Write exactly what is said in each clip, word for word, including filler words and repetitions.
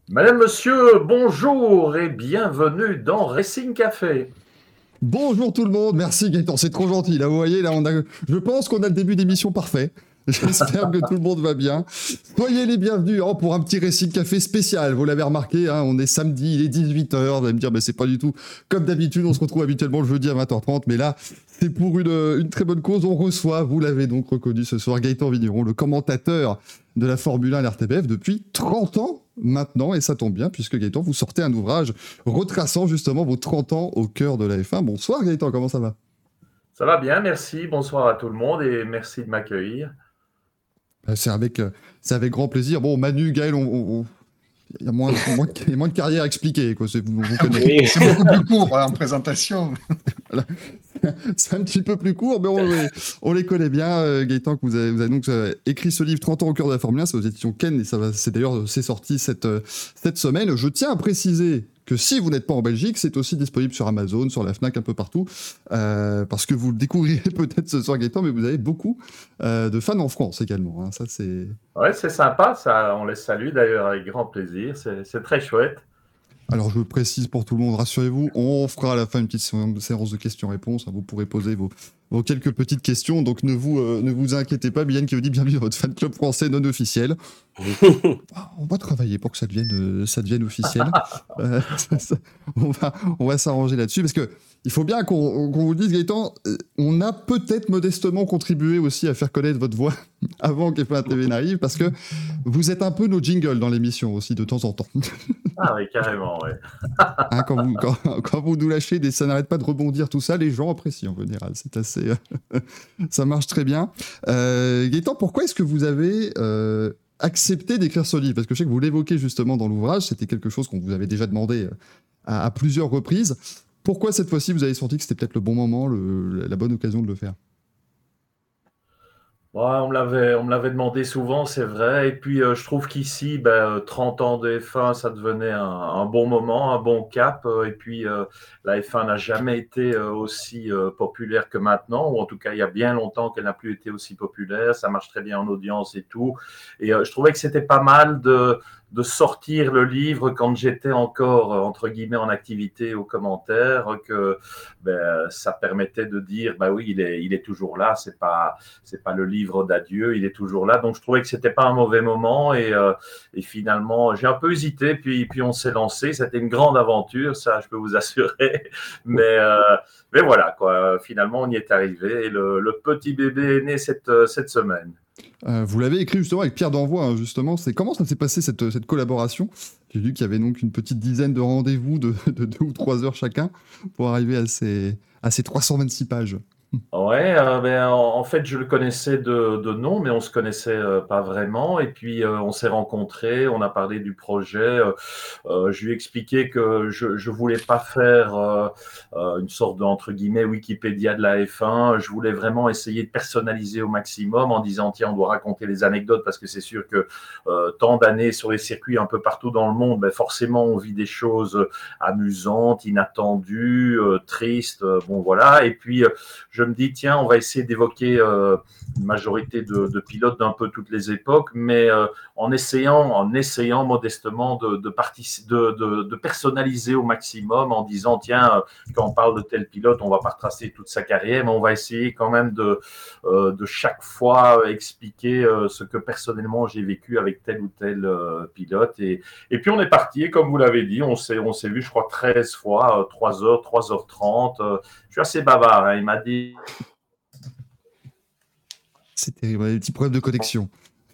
Madame, monsieur, bonjour et bienvenue dans Racing Café. Bonjour tout le monde, merci Gaëtan, c'est trop gentil. Là, vous voyez, là, on a, je pense qu'on a le début d'émission parfait. J'espère que tout le monde va bien. Soyez les bienvenus hein, pour un petit Racing Café spécial. Vous l'avez remarqué, hein, on est samedi, il est dix-huit heures. Vous allez me dire, mais c'est pas du tout comme d'habitude. On se retrouve habituellement le jeudi à vingt heures trente. Mais là, c'est pour une, une très bonne cause. On reçoit, vous l'avez donc reconnu ce soir, Gaëtan Vigneron, le commentateur de la Formule un à l'R T B F depuis trente ans maintenant. Et ça tombe bien, puisque Gaëtan, vous sortez un ouvrage retraçant justement vos trente ans au cœur de la F un. Bonsoir Gaëtan, comment ça va? Ça va bien, merci. Bonsoir à tout le monde et merci de m'accueillir. C'est avec, euh, c'est avec grand plaisir. Bon, Manu, Gaël, on, on- on- il y a moins, moins, de, il y a moins de carrière à expliquer. Quoi. C'est- Vous, vous connaissez. C'est beaucoup plus court hein, en présentation. Voilà. C'est un petit peu plus court, mais on les, on les connaît bien. Euh, Gaëtan, que vous avez, vous avez donc euh, écrit ce livre trente ans au cœur de la Formule un, c'est aux éditions Ken, et ça va, c'est d'ailleurs c'est sorti cette, euh, cette semaine. Je tiens à préciser que si vous n'êtes pas en Belgique, c'est aussi disponible sur Amazon, sur la Fnac, un peu partout, euh, parce que vous le découvrirez peut-être ce soir, Gaëtan, mais vous avez beaucoup euh, de fans en France également. Hein. Ça, c'est... Ouais, c'est sympa, ça. On les salue d'ailleurs avec grand plaisir. C'est, c'est très chouette. Alors, je précise pour tout le monde, rassurez-vous, on fera à la fin une petite séance de questions-réponses. Vous pourrez poser vos, vos quelques petites questions. Donc, ne vous, euh, ne vous inquiétez pas. Bianne qui vous dit bienvenue à votre fan club français non officiel. On va travailler pour que ça devienne, euh, ça devienne officiel. Euh, ça, ça, on va, on va s'arranger là-dessus parce que il faut bien qu'on qu'on vous le dise, Gaëtan, euh, on a peut-être modestement contribué aussi à faire connaître votre voix avant qu'F un T V n'arrive parce que vous êtes un peu nos jingles dans l'émission aussi de temps en temps. Ah oui, carrément, oui. Hein, quand, vous, quand, quand vous nous lâchez, des, ça n'arrête pas de rebondir, tout ça, les gens apprécient en général. C'est assez, euh, ça marche très bien. Euh, Gaëtan, pourquoi est-ce que vous avez euh, accepté d'écrire ce livre? Parce que je sais que vous l'évoquez justement dans l'ouvrage, c'était quelque chose qu'on vous avait déjà demandé euh, à, à plusieurs reprises. Pourquoi cette fois-ci vous avez senti que c'était peut-être le bon moment, le, la bonne occasion de le faire? Ouais, on me l'avait, on me l'avait demandé souvent, c'est vrai. Et puis, euh, je trouve qu'ici, ben, euh, trente ans de F un, ça devenait un, un bon moment, un bon cap. Euh, Et puis, euh, la F un n'a jamais été euh, aussi euh, populaire que maintenant, ou en tout cas, il y a bien longtemps qu'elle n'a plus été aussi populaire. Ça marche très bien en audience et tout. Et euh, je trouvais que c'était pas mal de, de sortir le livre quand j'étais encore, euh, entre guillemets, en activité aux commentaires, que ben, ça permettait de dire, bah oui, il est, il est toujours là, c'est pas c'est pas le livre d'adieu, il est toujours là. Donc je trouvais que c'était pas un mauvais moment et, euh, et finalement j'ai un peu hésité, puis puis on s'est lancé. C'était une grande aventure, ça je peux vous assurer. Mais euh, mais voilà quoi. Finalement on y est arrivé et le, le petit bébé est né cette cette semaine. Euh, vous l'avez écrit justement avec Pierre d'Envoi, hein, justement. C'est comment ça s'est passé cette, cette collaboration? J'ai lu qu'il y avait donc une petite dizaine de rendez-vous de, de deux ou trois heures chacun pour arriver à ces, à ces trois cent vingt-six pages. Ouais, euh, ben, en, en fait, je le connaissais de, de nom, mais on se connaissait euh, pas vraiment. Et puis, euh, on s'est rencontrés, on a parlé du projet. Euh, euh, je lui ai expliqué que je je voulais pas faire euh, euh, une sorte de, entre guillemets, Wikipédia de la F un. Je voulais vraiment essayer de personnaliser au maximum en disant, tiens, on doit raconter les anecdotes parce que c'est sûr que euh, tant d'années sur les circuits un peu partout dans le monde, ben, forcément, on vit des choses amusantes, inattendues, euh, tristes. euh, Bon, voilà. Et puis, euh, je me dis, tiens, on va essayer d'évoquer euh, une majorité de, de pilotes d'un peu toutes les époques, mais euh, en essayant, en essayant modestement de, de, partic- de, de, de personnaliser au maximum, en disant, tiens, euh, quand on parle de tel pilote, on va pas retracer toute sa carrière, mais on va essayer quand même de, euh, de chaque fois expliquer euh, ce que personnellement j'ai vécu avec tel ou tel euh, pilote. Et, et puis on est parti, et comme vous l'avez dit, on s'est, on s'est vu, je crois, treize fois, euh, trois heures, trois heures trente. Euh, je suis assez bavard, hein. Il m'a dit, C'était ouais, des petits problèmes de connexion.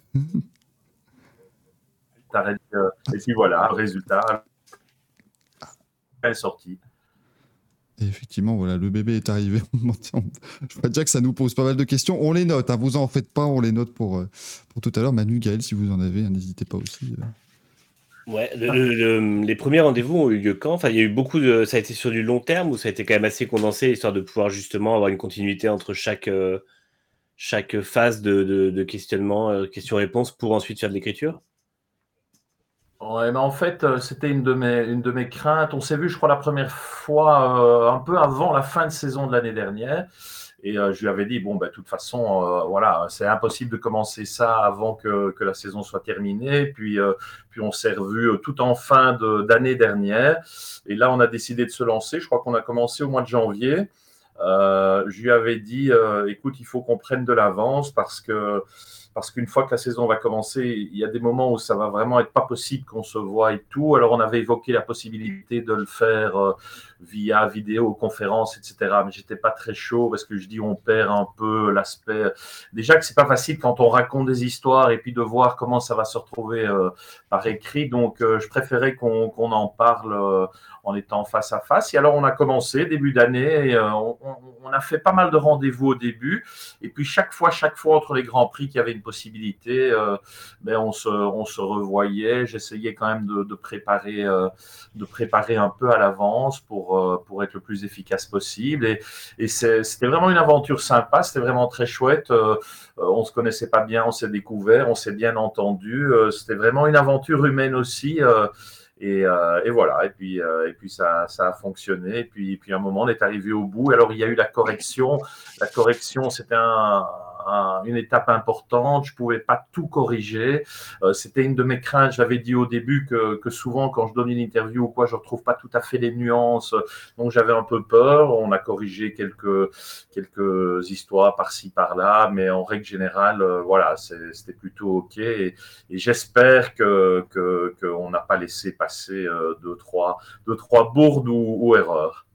t'arrêtes. Euh, et puis voilà, le résultat est sorti. Et effectivement, voilà, le bébé est arrivé. Je vois déjà que ça nous pose pas mal de questions. On les note, hein, vous en faites pas, on les note pour, euh, pour tout à l'heure. Manu, Gaël, si vous en avez, hein, n'hésitez pas aussi. euh. Ouais, le- le- le- les premiers rendez-vous ont eu lieu quand? Enfin, il y a eu beaucoup de. Ça a été sur du long terme ou ça a été quand même assez condensé, histoire de pouvoir justement avoir une continuité entre chaque, euh, chaque phase de, de, de questionnement, euh, question-réponse pour ensuite faire de l'écriture? Ouais, mais en fait, euh, c'était une de mes, une de mes craintes. On s'est vu, je crois, la première fois euh, un peu avant la fin de saison de l'année dernière. Et euh, je lui avais dit, bon, ben, de toute façon, euh, voilà, c'est impossible de commencer ça avant que, que la saison soit terminée. Puis, euh, puis on s'est revus tout en fin de, d'année dernière. Et là, on a décidé de se lancer. Je crois qu'on a commencé au mois de janvier. Euh, je lui avais dit, euh, écoute, il faut qu'on prenne de l'avance parce que parce qu'une fois que la saison va commencer, il y a des moments où ça va vraiment être pas possible qu'on se voit et tout. Alors on avait évoqué la possibilité de le faire euh, via vidéoconférence, et cetera. Mais j'étais pas très chaud parce que je dis on perd un peu l'aspect. Déjà que c'est pas facile quand on raconte des histoires et puis de voir comment ça va se retrouver euh, par écrit. Donc euh, je préférais qu'on qu'on en parle. Euh, en étant face à face. Et alors, on a commencé début d'année. Et, euh, on, on a fait pas mal de rendez-vous au début. Et puis, chaque fois, chaque fois, entre les grands prix qu'il y avait une possibilité, euh, ben, on, se, on se revoyait. J'essayais quand même de, de, préparer, euh, de préparer un peu à l'avance pour, euh, pour être le plus efficace possible. Et, et c'était vraiment une aventure sympa. C'était vraiment très chouette. Euh, on ne se connaissait pas bien. On s'est découvert. On s'est bien entendu. Euh, c'était vraiment une aventure humaine aussi. Euh, Et, euh, et voilà, et puis, euh, et puis ça, ça a fonctionné. Et puis, et puis à un moment, on est arrivé au bout. Alors, il y a eu la correction. La correction, c'était un, un, une étape importante. Je ne pouvais pas tout corriger. Euh, c'était une de mes craintes. J'avais dit au début que, que souvent, quand je donne une interview ou quoi, je ne retrouve pas tout à fait les nuances. Donc, j'avais un peu peur. On a corrigé quelques, quelques histoires par-ci, par-là. Mais en règle générale, euh, voilà, c'était plutôt OK. Et, et j'espère que, que, qu'on n'a pas laissé passer euh, deux, trois, deux, trois bourdes ou, ou erreurs.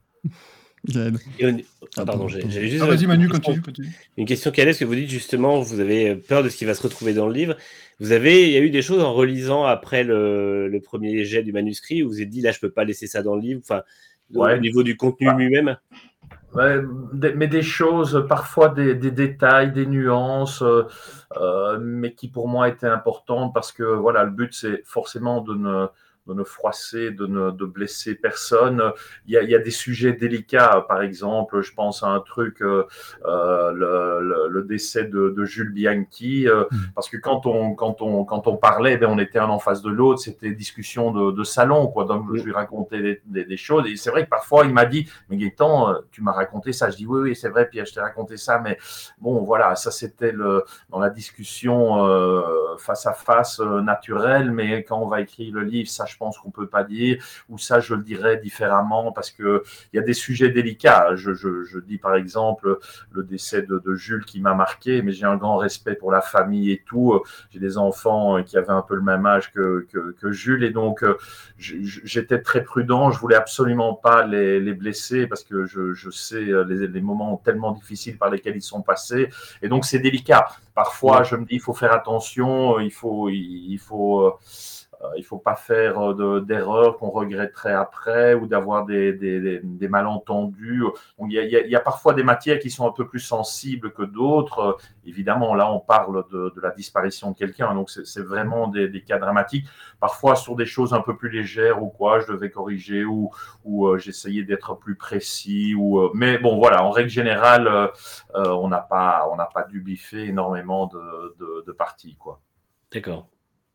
Et, ah, pardon, j'avais juste ah, vas-y, Manu, une, continue, question, continue. une question qui allait, parce que vous dites justement, vous avez peur de ce qui va se retrouver dans le livre. Vous avez, il y a eu des choses en relisant après le, le premier jet du manuscrit où vous vous êtes dit, là, je peux pas laisser ça dans le livre, enfin, ouais. Au niveau du contenu ouais. lui-même. Ouais, mais des choses, parfois des, des détails, des nuances, euh, euh, mais qui pour moi étaient importantes parce que voilà, le but c'est forcément de ne de ne froisser, de ne de blesser personne. Il y a, il y a des sujets délicats, par exemple, je pense à un truc, euh, le, le, le décès de, de Jules Bianchi, euh, mmh. parce que quand on quand on quand on parlait, ben on était un en face de l'autre, c'était discussion de, de salon, quoi. Donc mmh. je lui racontais des, des, des choses et c'est vrai que parfois il m'a dit, mais Gaëtan, tu m'as raconté ça. Je dis oui oui c'est vrai, Pierre, je t'ai raconté ça, mais bon voilà, ça c'était le dans la discussion euh, face à face euh, naturelle, mais quand on va écrire le livre, ça je pense qu'on peut pas dire, ou ça je le dirais différemment parce que il y a des sujets délicats. Je, je, je dis par exemple le décès de, de Jules qui m'a marqué, mais j'ai un grand respect pour la famille et tout. J'ai des enfants qui avaient un peu le même âge que, que, que Jules et donc j'étais très prudent. Je voulais absolument pas les, les blesser parce que je, je sais les, les moments tellement difficiles par lesquels ils sont passés et donc c'est délicat. Parfois, ouais. je me dis il faut faire attention, il faut, il, il faut. Euh, il ne faut pas faire de, d'erreurs qu'on regretterait après ou d'avoir des, des, des malentendus. Donc, il, y a, il y a parfois des matières qui sont un peu plus sensibles que d'autres. Évidemment, là, on parle de, de la disparition de quelqu'un, donc c'est, c'est vraiment des, des cas dramatiques. Parfois, sur des choses un peu plus légères ou quoi, je devais corriger ou, ou euh, j'essayais d'être plus précis. Ou, euh, mais bon, voilà, en règle générale, euh, on n'a pas, on n'a pas dû biffer énormément de, de, de parties, quoi. D'accord.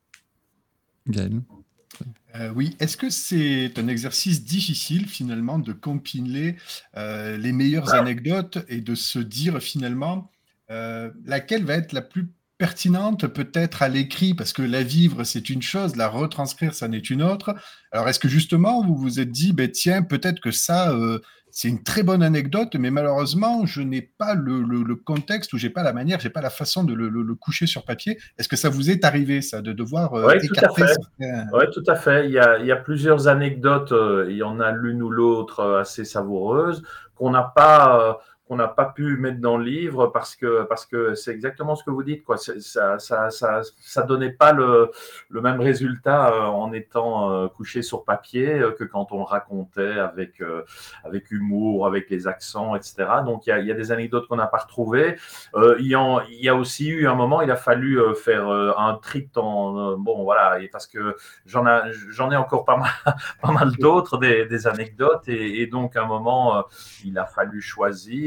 Gaël. Euh, oui, est-ce que c'est un exercice difficile finalement de compiler euh, les meilleures anecdotes et de se dire finalement euh, laquelle va être la plus pertinente peut-être à l'écrit, parce que la vivre c'est une chose, la retranscrire ça n'est une autre. Alors est-ce que justement vous vous êtes dit, ben, tiens, peut-être que ça euh, c'est une très bonne anecdote, mais malheureusement je n'ai pas le, le, le contexte ou j'ai pas la manière, j'ai pas la façon de le, le, le coucher sur papier. Est-ce que ça vous est arrivé ça, de devoir euh, ouais, écarter tout à fait. Certains... Oui, tout à fait. Il y a, il y a plusieurs anecdotes, euh, il y en a l'une ou l'autre euh, assez savoureuses qu'on n'a pas... Euh, qu'on n'a pas pu mettre dans le livre parce que parce que c'est exactement ce que vous dites, quoi. C'est, ça ça ça ça donnait pas le le même résultat euh, en étant euh, couché sur papier euh, que quand on le racontait avec euh, avec humour, avec les accents, et cetera. Donc il y a il y a des anecdotes qu'on n'a pas retrouvées. Euh, il y en il y a aussi eu un moment, il a fallu euh, faire euh, un tri en euh, bon voilà, et parce que j'en ai j'en ai encore pas mal pas mal d'autres des des anecdotes et, et donc à un moment euh, il a fallu choisir.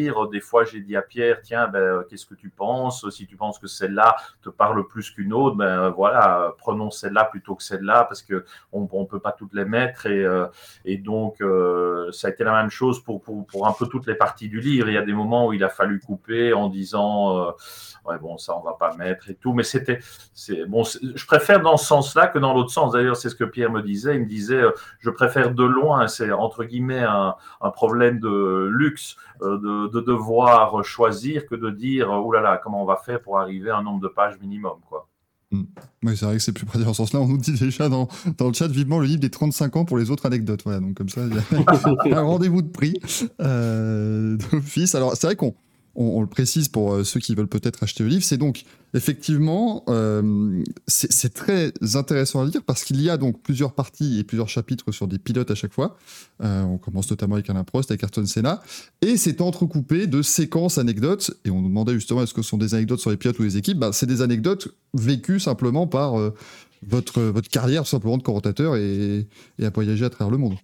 dire. Des fois, j'ai dit à Pierre, tiens, ben, qu'est-ce que tu penses? Si tu penses que celle-là te parle plus qu'une autre, ben voilà, prenons celle-là plutôt que celle-là, parce qu'on ne peut pas toutes les mettre. Et, euh, et donc, euh, ça a été la même chose pour, pour, pour un peu toutes les parties du livre. Il y a des moments où il a fallu couper en disant, euh, ouais, bon, ça, on ne va pas mettre et tout. Mais c'était, c'est, bon, c'est, je préfère dans ce sens-là que dans l'autre sens. D'ailleurs, c'est ce que Pierre me disait. Il me disait, euh, je préfère de loin, c'est entre guillemets un, un problème de luxe, euh, de, de devoir choisir que de dire, oh là là, comment on va faire pour arriver à un nombre de pages minimum, quoi. Mmh. Oui, c'est vrai que c'est plus pratique dans ce sens-là. On nous dit déjà dans, dans le chat vivement le livre des trente-cinq ans pour les autres anecdotes. Voilà, donc comme ça, il y a un rendez-vous de prix euh, d'office. Alors, c'est vrai qu'on on, on le précise pour euh, ceux qui veulent peut-être acheter le livre. C'est donc, effectivement, euh, c'est, c'est très intéressant à lire parce qu'il y a donc plusieurs parties et plusieurs chapitres sur des pilotes à chaque fois. Euh, on commence notamment avec Alain Prost, avec Ayrton Senna. Et c'est entrecoupé de séquences anecdotes. Et on nous demandait justement, est-ce que ce sont des anecdotes sur les pilotes ou les équipes? Ben, c'est des anecdotes vécues simplement par euh, votre, votre carrière, tout simplement, de commentateur et, et à voyager à travers le monde.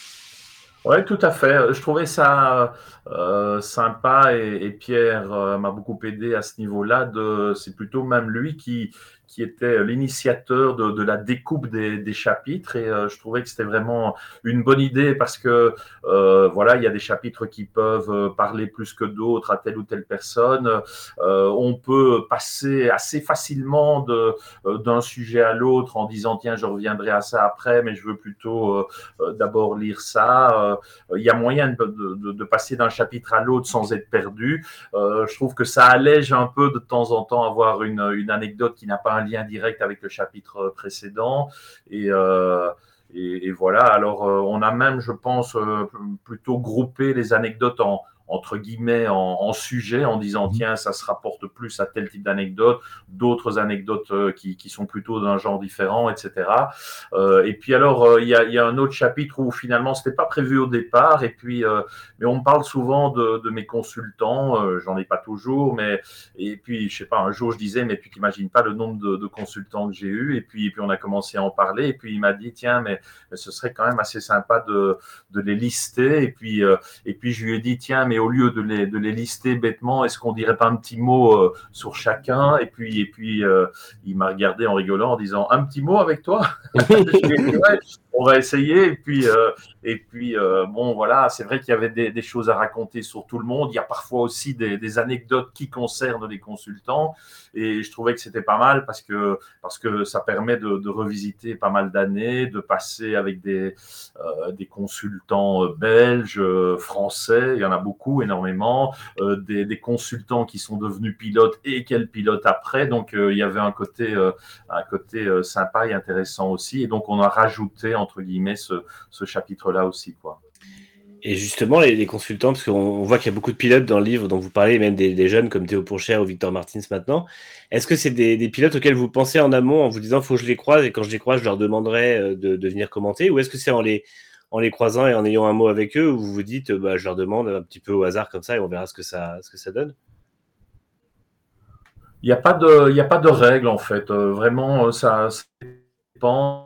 Oui, tout à fait. Je trouvais ça euh, sympa et, et Pierre euh, m'a beaucoup aidé à ce niveau-là. De, c'est plutôt même lui qui, qui était l'initiateur de, de la découpe des, des chapitres et euh, je trouvais que c'était vraiment une bonne idée parce que euh, voilà, il y a des chapitres qui peuvent parler plus que d'autres à telle ou telle personne. Euh, on peut passer assez facilement de, d'un sujet à l'autre en disant tiens, je reviendrai à ça après, mais je veux plutôt euh, d'abord lire ça. Il y a moyen de, de, de passer d'un chapitre à l'autre sans être perdu. Euh, je trouve que ça allège un peu de temps en temps avoir une, une anecdote qui n'a pas un lien direct avec le chapitre précédent. Et, euh, et, et voilà. Alors, euh, on a même, je pense, euh, plutôt groupé les anecdotes en entre guillemets, en, en sujet, en disant, tiens, ça se rapporte plus à tel type d'anecdote, d'autres anecdotes euh, qui, qui sont plutôt d'un genre différent, et cetera. Euh, et puis alors, il euh, y, a, y a un autre chapitre où finalement, c'était pas prévu au départ, et puis, euh, mais on me parle souvent de, de mes consultants, euh, j'en ai pas toujours, mais, et puis, je sais pas, un jour, je disais, mais tu t'imagines pas le nombre de, de consultants que j'ai eu, et puis, et puis, on a commencé à en parler, et puis, il m'a dit, tiens, mais, mais ce serait quand même assez sympa de, de les lister, et puis, euh, et puis, je lui ai dit, tiens, mais au lieu de les, de les lister bêtement, est-ce qu'on dirait pas un petit mot euh, sur chacun? Et puis, et puis euh, il m'a regardé en rigolant en disant un petit mot avec toi. Je lui ai dit, ouais, on va essayer. Et puis, euh, et puis euh, bon, voilà, c'est vrai qu'il y avait des, des choses à raconter sur tout le monde. Il y a parfois aussi des, des anecdotes qui concernent les consultants. Et je trouvais que c'était pas mal parce que, parce que ça permet de, de revisiter pas mal d'années, de passer avec des, euh, des consultants belges, français, il y en a beaucoup, énormément, euh, des, des consultants qui sont devenus pilotes et quels pilotes après. Donc, euh, il y avait un côté, euh, un côté euh, sympa et intéressant aussi. Et donc, on a rajouté, entre guillemets, ce, ce chapitre-là aussi, quoi. Et justement, les, les consultants, parce qu'on voit qu'il y a beaucoup de pilotes dans le livre dont vous parlez, même des, des jeunes comme Théo Pourchère ou Victor Martins maintenant. Est-ce que c'est des, des pilotes auxquels vous pensez en amont en vous disant « faut que je les croise et quand je les croise, je leur demanderai de, de venir commenter » ou est-ce que c'est en les, en les croisant et en ayant un mot avec eux où vous vous dites bah, « je leur demande un petit peu au hasard comme ça et on verra ce que ça, ce que ça donne » ? Il n'y a pas de, il n'y a pas de règle en fait. Euh, vraiment, ça, ça dépend.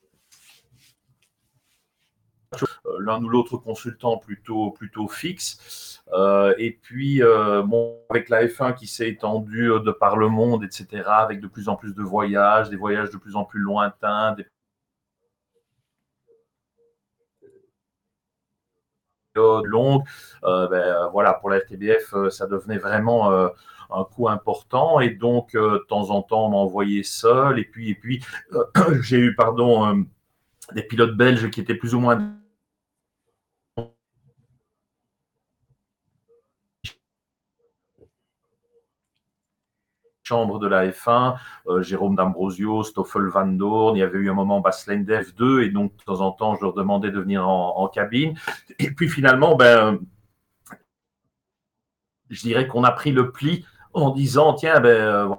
L'un ou l'autre consultant plutôt, plutôt fixe. Euh, et puis, euh, bon, avec la F un qui s'est étendue de par le monde, et cetera, avec de plus en plus de voyages, des voyages de plus en plus lointains, des périodes longues, euh, ben, voilà, pour la R T B F, ça devenait vraiment euh, un coût important. Et donc, euh, de temps en temps, on m'a envoyé seul. Et puis, et puis euh, j'ai eu, pardon, euh, des pilotes belges qui étaient plus ou moins chambre de la F un, euh, Jérôme D'Ambrosio, Stoffel Van Doorn, il y avait eu un moment Basslender F deux, et donc de temps en temps, je leur demandais de venir en, en cabine. Et puis finalement, ben, je dirais qu'on a pris le pli en disant, tiens, ben,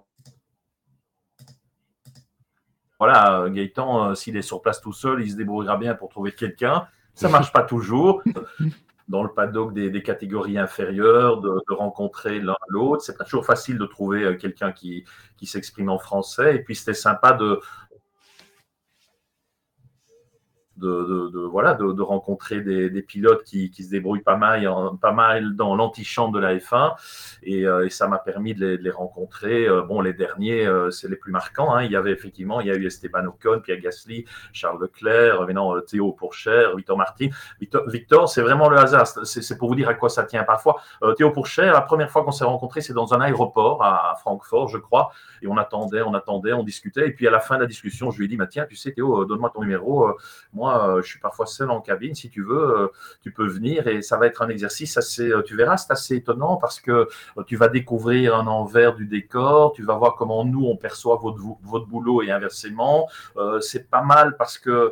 voilà, Gaëtan, euh, s'il est sur place tout seul, il se débrouillera bien pour trouver quelqu'un. Ça ne marche pas toujours. Dans le paddock des, des catégories inférieures, de, de rencontrer l'un l'autre. C'est pas toujours facile de trouver quelqu'un qui, qui s'exprime en français. Et puis, c'était sympa de, de, de, de voilà, de, de rencontrer des, des pilotes qui, qui se débrouillent pas mal, pas mal dans l'antichambre de la F un, et, euh, et ça m'a permis de les, de les rencontrer. Euh, bon, les derniers, euh, c'est les plus marquants. Hein. Il y avait effectivement, il y a eu Esteban Ocon, Pierre Gasly, Charles Leclerc, maintenant Théo Pourchaire, Victor Martin. Victor, Victor c'est vraiment le hasard. C'est, c'est pour vous dire à quoi ça tient parfois. Euh, Théo Pourchaire, la première fois qu'on s'est rencontrés, c'est dans un aéroport à, à Francfort, je crois, et on attendait, on attendait, on discutait, et puis à la fin de la discussion, je lui ai dit, bah, tiens, tu sais Théo, euh, donne-moi ton numéro. Euh, moi, euh, je suis parfois seul en cabine. Si tu veux, euh, tu peux venir, et ça va être un exercice assez, euh, tu verras, c'est assez étonnant parce que euh, tu vas découvrir un envers du décor, tu vas voir comment nous, on perçoit votre, votre boulot et inversement. Euh, c'est pas mal parce que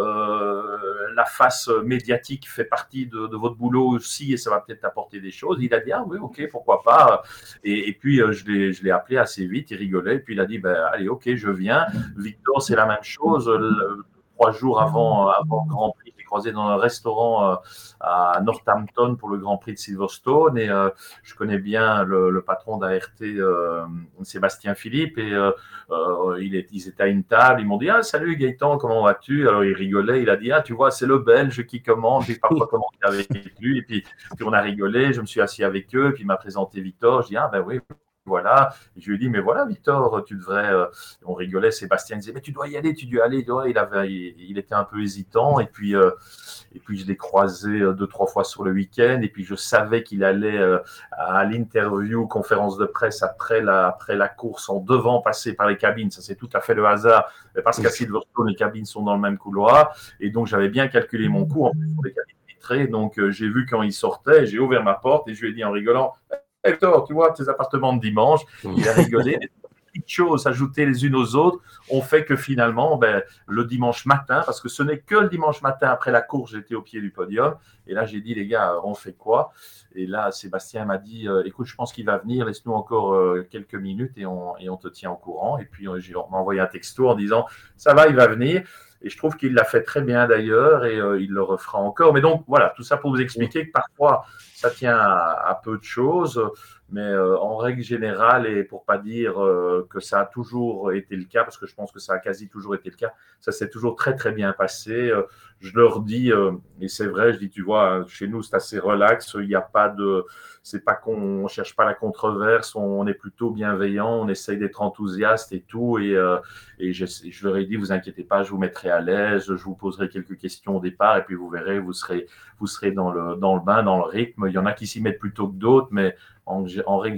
euh, la face médiatique fait partie de, de votre boulot aussi, et ça va peut-être apporter des choses. Il a dit, ah oui, ok, pourquoi pas. Et, et puis, euh, je, l'ai, je l'ai appelé assez vite, il rigolait, et puis il a dit, ben, allez, ok, je viens. Victor, c'est la même chose. Le, trois jours avant, avant le Grand Prix, j'ai croisé dans un restaurant euh, à Northampton pour le Grand Prix de Silverstone, et euh, je connais bien le, le patron d'A R T, euh, Sébastien Philippe, et euh, euh, il est, ils étaient à une table, ils m'ont dit « Ah, salut Gaëtan, comment vas-tu ?» Alors il rigolait, il a dit « Ah, tu vois, c'est le Belge qui commande, j'ai parfois commenté avec lui, et puis, puis on a rigolé, je me suis assis avec eux, puis il m'a présenté Victor, je dis « Ah ben oui, voilà. » Et je lui ai dit, mais voilà, Victor, tu devrais. Euh, on rigolait, Sébastien disait, mais tu dois y aller, tu dois y aller. Ouais, il, avait, il, il était un peu hésitant. Et puis, euh, et puis je l'ai croisé deux, trois fois sur le week-end. Et puis, je savais qu'il allait euh, à l'interview, conférence de presse après la, après la course, en devant passer par les cabines. Ça, c'est tout à fait le hasard. Parce qu'à Silverstone, les cabines sont dans le même couloir. Et donc, j'avais bien calculé mon coup. En plus, sur les cabines vitrées. Donc, euh, j'ai vu quand il sortait, j'ai ouvert ma porte et je lui ai dit en rigolant, Hector, tu vois, tes appartements de dimanche, il a rigolé. Les petites choses ajoutées les unes aux autres ont fait que finalement, ben, le dimanche matin, parce que ce n'est que le dimanche matin après la course, j'étais au pied du podium. Et là, j'ai dit, les gars, on fait quoi? Et là, Sébastien m'a dit, euh, écoute, je pense qu'il va venir, laisse-nous encore euh, quelques minutes et on, et on te tient au courant. Et puis, euh, j'ai m'a envoyé un texto en disant, ça va, il va venir. Et je trouve qu'il l'a fait très bien d'ailleurs, et euh, il le refera encore. Mais donc, voilà, tout ça pour vous expliquer que parfois, ça tient à, à peu de choses, mais euh, en règle générale, et pour pas dire euh, que ça a toujours été le cas, parce que je pense que ça a quasi toujours été le cas, ça s'est toujours très très bien passé. Euh, je leur dis, euh, et c'est vrai, je dis, tu vois, chez nous c'est assez relax, il n'y a pas de, c'est pas qu'on cherche pas la controverse, on est plutôt bienveillant, on essaye d'être enthousiaste et tout, et, euh, et je, je leur ai dit, vous inquiétez pas, je vous mettrai à l'aise, je vous poserai quelques questions au départ, et puis vous verrez, vous serez, vous serez dans le, dans le bain, dans le rythme. Il y en a qui s'y mettent plutôt que d'autres, mais en, en règle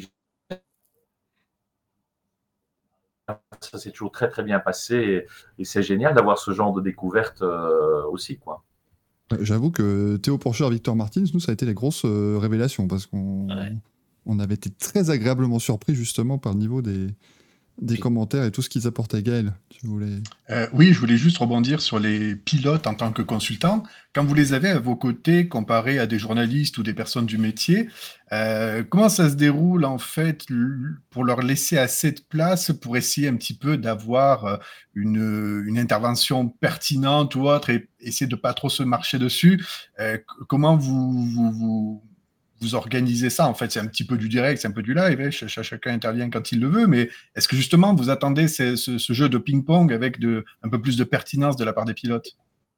ça s'est toujours très très bien passé, et, et c'est génial d'avoir ce genre de découverte euh, aussi, quoi. J'avoue que Théo Pourchaire, Victor Martins, nous, ça a été les grosses euh, révélations, parce qu'on ouais. on avait été très agréablement surpris justement par le niveau des, des Puis, commentaires et tout ce qu'ils apportaient. Gaël, tu voulais... Euh, oui, je voulais juste rebondir sur les pilotes en tant que consultants. Quand vous les avez à vos côtés, comparés à des journalistes ou des personnes du métier, euh, comment ça se déroule en fait pour leur laisser assez de place pour essayer un petit peu d'avoir une, une intervention pertinente ou autre et essayer de pas trop se marcher dessus? euh, Comment vous, vous, vous vous organisez ça? En fait, c'est un petit peu du direct, c'est un peu du live, hein, ch- ch- chacun intervient quand il le veut, mais est-ce que justement vous attendez ce, ce, ce jeu de ping-pong avec de, un peu plus de pertinence de la part des pilotes?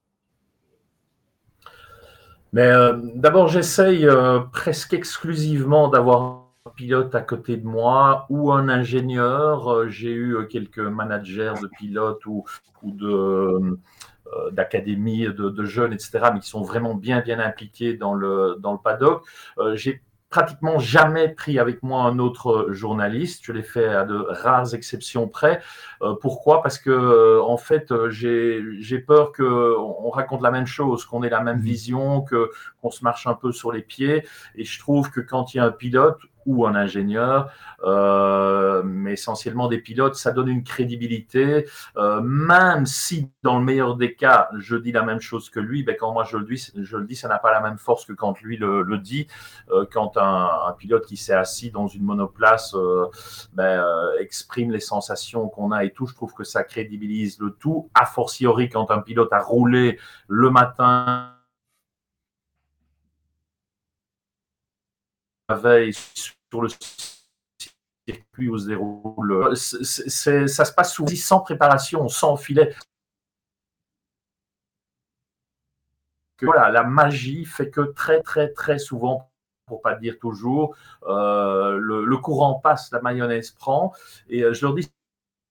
Mais euh, d'abord, j'essaye euh, presque exclusivement d'avoir un pilote à côté de moi ou un ingénieur. Euh, j'ai eu euh, quelques managers de pilotes ou, ou de... Euh, d'académie de, de jeunes, et cetera, mais qui sont vraiment bien, bien impliqués dans le, dans le paddock. Euh, j'ai pratiquement jamais pris avec moi un autre journaliste. Je l'ai fait à de rares exceptions près. Euh, pourquoi? Parce que, euh, en fait, j'ai, j'ai peur qu'on raconte la même chose, qu'on ait la même vision, que, qu'on se marche un peu sur les pieds. Et je trouve que quand il y a un pilote ou un ingénieur, euh, mais essentiellement des pilotes, ça donne une crédibilité, euh, même si dans le meilleur des cas, je dis la même chose que lui, ben quand moi je le dis, je le dis, ça n'a pas la même force que quand lui le, le dit. Euh, quand un, un pilote qui s'est assis dans une monoplace euh, ben, euh, exprime les sensations qu'on a et tout, je trouve que ça crédibilise le tout, a fortiori quand un pilote a roulé le matin la veille sur le circuit où se déroule. C'est, c'est, ça se passe souvent sans préparation, sans filet. que voilà, la magie fait que très, très, très souvent, pour pas dire toujours, euh, le, le courant passe, la mayonnaise prend. Et euh, je leur dis,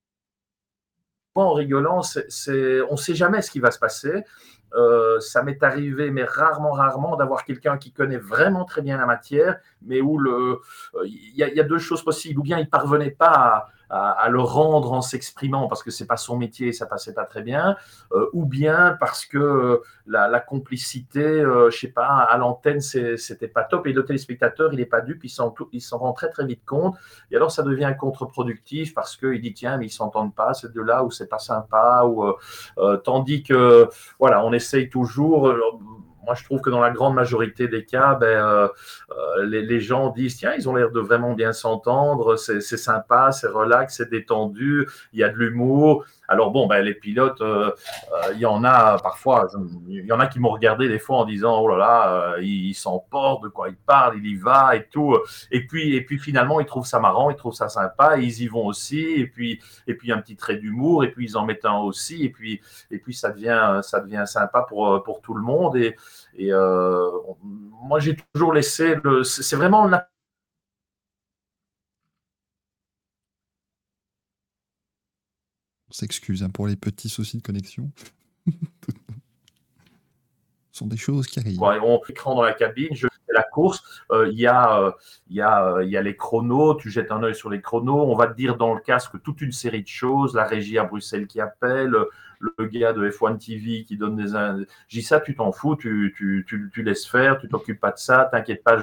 en rigolant, c'est, c'est, on ne sait jamais ce qui va se passer. Euh, ça m'est arrivé, mais rarement, rarement, d'avoir quelqu'un qui connaît vraiment très bien la matière, mais où le, il y, y, a deux choses possibles. Ou bien il ne parvenait pas à, à, à le rendre en s'exprimant parce que ce n'est pas son métier, ça ne passait pas très bien, euh, ou bien parce que la, la complicité, euh, je ne sais pas, à l'antenne, ce n'était pas top. Et le téléspectateur, il n'est pas dupe, il s'en, il s'en rend très, très vite compte. Et alors, ça devient contre-productif parce qu'il dit, tiens, mais ils ne s'entendent pas, ces deux-là, ou c'est pas sympa, ou, euh, euh, tandis que, voilà, on essaye toujours. Euh, moi, je trouve que dans la grande majorité des cas, ben, euh, euh, les, les gens disent, tiens, ils ont l'air de vraiment bien s'entendre, c'est, c'est sympa, c'est relax, c'est détendu, il y a de l'humour. Alors bon, ben, les pilotes, euh, euh, il y en a parfois, il y en a qui m'ont regardé des fois en disant, oh là là, euh, il, il s'emporte, de quoi il parle, il y va et tout. Et puis, et puis finalement, ils trouvent ça marrant, ils trouvent ça sympa, et ils y vont aussi. Et puis, et puis un petit trait d'humour, et puis ils en mettent un aussi. Et puis, et puis ça devient, ça devient sympa pour, pour tout le monde. Et, et euh, moi, j'ai toujours laissé le. C'est vraiment la. On s'excuse hein, pour les petits soucis de connexion. Ce sont des choses qui arrivent. Ouais, on écran dans la cabine, je fais la course, il euh, y, euh, y, euh, y a les chronos, tu jettes un œil sur les chronos, on va te dire dans le casque toute une série de choses, la régie à Bruxelles qui appelle, le gars de F un T V qui donne des... J'ai dit ça, tu t'en fous, tu, tu, tu, tu laisses faire, tu t'occupes pas de ça, t'inquiète pas,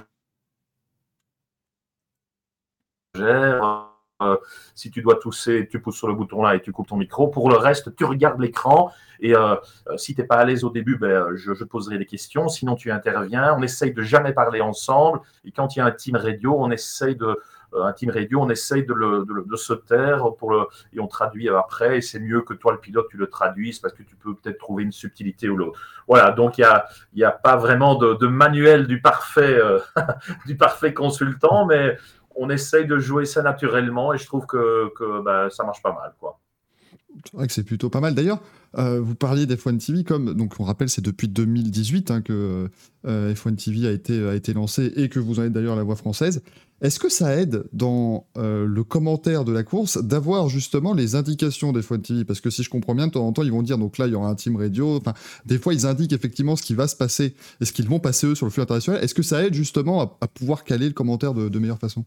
je gère. Euh, si tu dois tousser, tu pousses sur le bouton là et tu coupes ton micro. Pour le reste, tu regardes l'écran et euh, si tu n'es pas à l'aise au début, ben, je, je poserai des questions. Sinon, tu interviens. On essaye de jamais parler ensemble. Et quand il y a un team radio, on essaye de, euh, un team radio, on essaye de, le, de, de se taire pour le, et on traduit après. Et c'est mieux que toi, le pilote, tu le traduises parce que tu peux peut-être trouver une subtilité ou l'autre. Voilà. Donc, il n'y a, y a pas vraiment de, de manuel du parfait, euh, du parfait consultant, mais on essaye de jouer ça naturellement et je trouve que, que bah, ça marche pas mal, quoi. C'est vrai que c'est plutôt pas mal. D'ailleurs, euh, vous parliez d'F un T V, comme, donc on rappelle, c'est depuis deux mille dix-huit hein, que euh, F un T V a été, a été lancé et que vous en êtes d'ailleurs la voix française. Est-ce que ça aide dans euh, le commentaire de la course d'avoir justement les indications d'F un T V? Parce que si je comprends bien, de temps en temps, ils vont dire, donc là, il y aura un team radio. Enfin, des fois, ils indiquent effectivement ce qui va se passer et ce qu'ils vont passer eux sur le flux international. Est-ce que ça aide justement à, à pouvoir caler le commentaire de, de meilleure façon?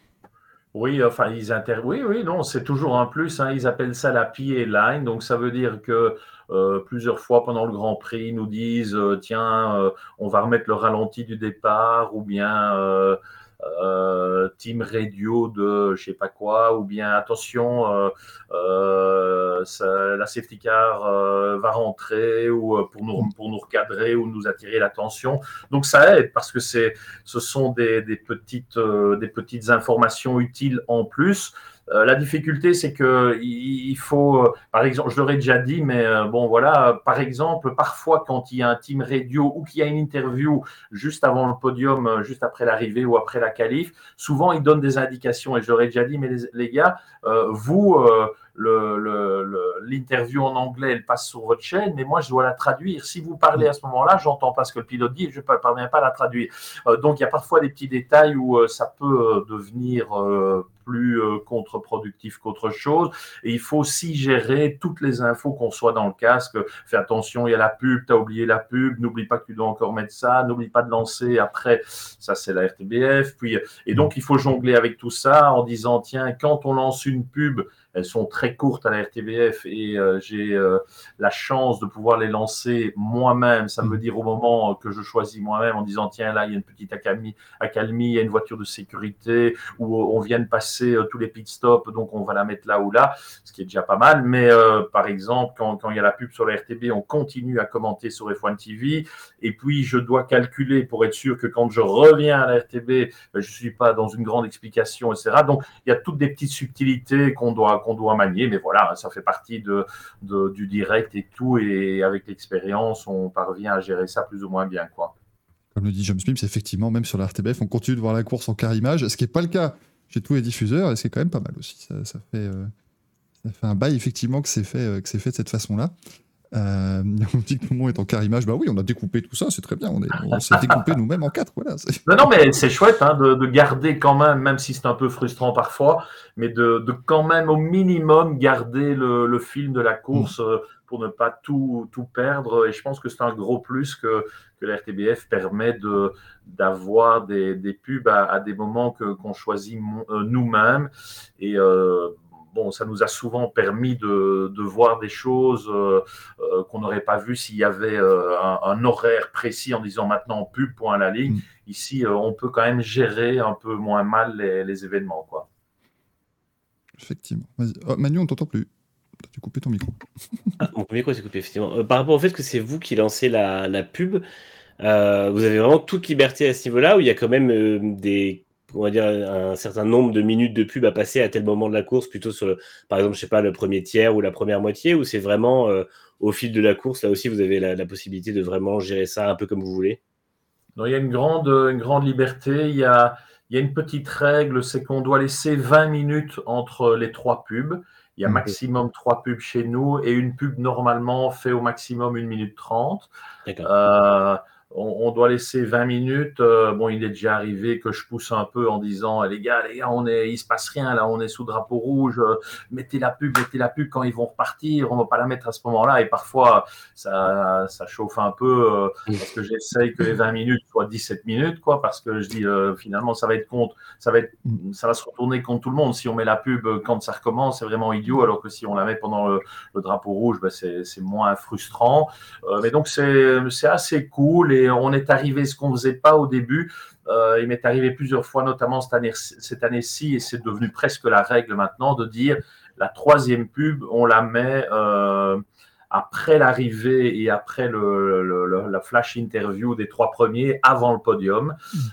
Oui, enfin, ils inter... oui, oui, non, c'est toujours un plus. Hein, ils appellent ça la P A line. Donc, ça veut dire que euh, plusieurs fois pendant le Grand Prix, ils nous disent euh, tiens, euh, on va remettre le ralenti du départ, ou bien euh, euh, team radio de je sais pas quoi, ou bien attention, euh, euh, ça, la safety car euh, va rentrer, ou euh, pour nous, pour nous recadrer ou nous attirer l'attention. Donc, ça aide parce que c'est, ce sont des, des, petites, euh, des petites informations utiles en plus. Euh, la difficulté, c'est que il faut, euh, par exemple, je l'aurais déjà dit, mais euh, bon, voilà, euh, par exemple, parfois quand il y a un team radio ou qu'il y a une interview juste avant le podium, euh, juste après l'arrivée ou après la qualif, souvent ils donnent des indications. Et je l'aurais déjà dit, mais les, les gars, euh, vous, euh, le, le, le, l'interview en anglais, elle passe sur votre chaîne, mais moi, je dois la traduire. Si vous parlez à ce moment-là, j'entends pas ce que le pilote dit, je ne parviens pas à la traduire. Euh, donc, il y a parfois des petits détails où euh, ça peut euh, devenir euh, plus euh, contre-productif qu'autre chose. Et il faut aussi gérer toutes les infos qu'on soit dans le casque. Fais attention, il y a la pub, tu as oublié la pub, n'oublie pas que tu dois encore mettre ça, n'oublie pas de lancer après, ça c'est la R T B F. Puis, et donc, il faut jongler avec tout ça en disant, tiens, quand on lance une pub, elles sont très courtes à la R T B F et euh, j'ai euh, la chance de pouvoir les lancer moi-même. Ça veut dire au moment que je choisis moi-même en disant tiens, là, il y a une petite accalmie, accalmie, il y a une voiture de sécurité où on vient de passer euh, tous les pit stops, donc on va la mettre là ou là, ce qui est déjà pas mal. Mais euh, par exemple, quand, quand il y a la pub sur la R T B, on continue à commenter sur F un T V et puis je dois calculer pour être sûr que quand je reviens à la R T B, ben, je ne suis pas dans une grande explication, et cetera. Donc, il y a toutes des petites subtilités qu'on doit qu'on doit manier, mais voilà, ça fait partie de, de, du direct et tout, et avec l'expérience, on parvient à gérer ça plus ou moins bien, quoi. Comme le dit James Mims, effectivement, même sur la R T B F, on continue de voir la course en car image, ce qui n'est pas le cas chez tous les diffuseurs, et c'est quand même pas mal aussi. Ça, ça, fait, euh, ça fait un bail, effectivement, que c'est fait, euh, que c'est fait de cette façon-là. Euh, on dit que tout le monde est en quart image. Bah oui, on a découpé tout ça, c'est très bien. On, est, on s'est découpé nous-mêmes en quatre. Voilà. Non, non, mais c'est chouette hein, de, de garder quand même, même si c'est un peu frustrant parfois, mais de, de quand même au minimum garder le, le film de la course euh, pour ne pas tout, tout perdre. Et je pense que c'est un gros plus que, que la R T B F permet de, d'avoir des, des pubs à, à des moments que, qu'on choisit euh, nous-mêmes. Et euh, bon, ça nous a souvent permis de, de voir des choses euh, euh, qu'on n'aurait pas vues s'il y avait euh, un, un horaire précis en disant maintenant pub, point à la ligne. Mm. Ici, euh, on peut quand même gérer un peu moins mal les, les événements, quoi. Effectivement. Vas-y. Oh, Manu, on t'entend plus. Tu as coupé ton micro. Ah, mon micro s'est coupé, effectivement. Euh, par rapport au fait que c'est vous qui lancez la, la pub, euh, vous avez vraiment toute liberté à ce niveau-là, où il y a quand même euh, des, on va dire, un certain nombre de minutes de pub à passer à tel moment de la course, plutôt sur, le, par exemple, je sais pas, le premier tiers ou la première moitié, ou c'est vraiment euh, au fil de la course, là aussi, vous avez la, la possibilité de vraiment gérer ça un peu comme vous voulez? Non, il y a une grande, une grande liberté. Il y a, il y a une petite règle, c'est qu'on doit laisser vingt minutes entre les trois pubs. Il y a maximum trois pubs chez nous et une pub normalement fait au maximum une minute trente. D'accord. Euh, on, on doit laisser vingt minutes. Euh, bon, il est déjà arrivé que je pousse un peu en disant les gars, les gars, on est, il se passe rien là, on est sous drapeau rouge. Euh, mettez la pub, mettez la pub quand ils vont repartir. On va pas la mettre à ce moment-là. Et parfois, ça, ça chauffe un peu euh, parce que j'essaye que les vingt minutes soient dix-sept minutes, quoi, parce que je dis euh, finalement ça va être contre, ça va être, ça va se retourner contre tout le monde. Si on met la pub quand ça recommence, c'est vraiment idiot. Alors que si on la met pendant le, le drapeau rouge, ben c'est, c'est moins frustrant. Euh, mais donc c'est, c'est assez cool et on est arrivé ce qu'on faisait pas au début. Euh, il m'est arrivé plusieurs fois, notamment cette année, cette année-ci, et c'est devenu presque la règle maintenant, de dire la troisième pub, on la met euh, après l'arrivée et après le, le, le, la flash interview des trois premiers, avant le podium.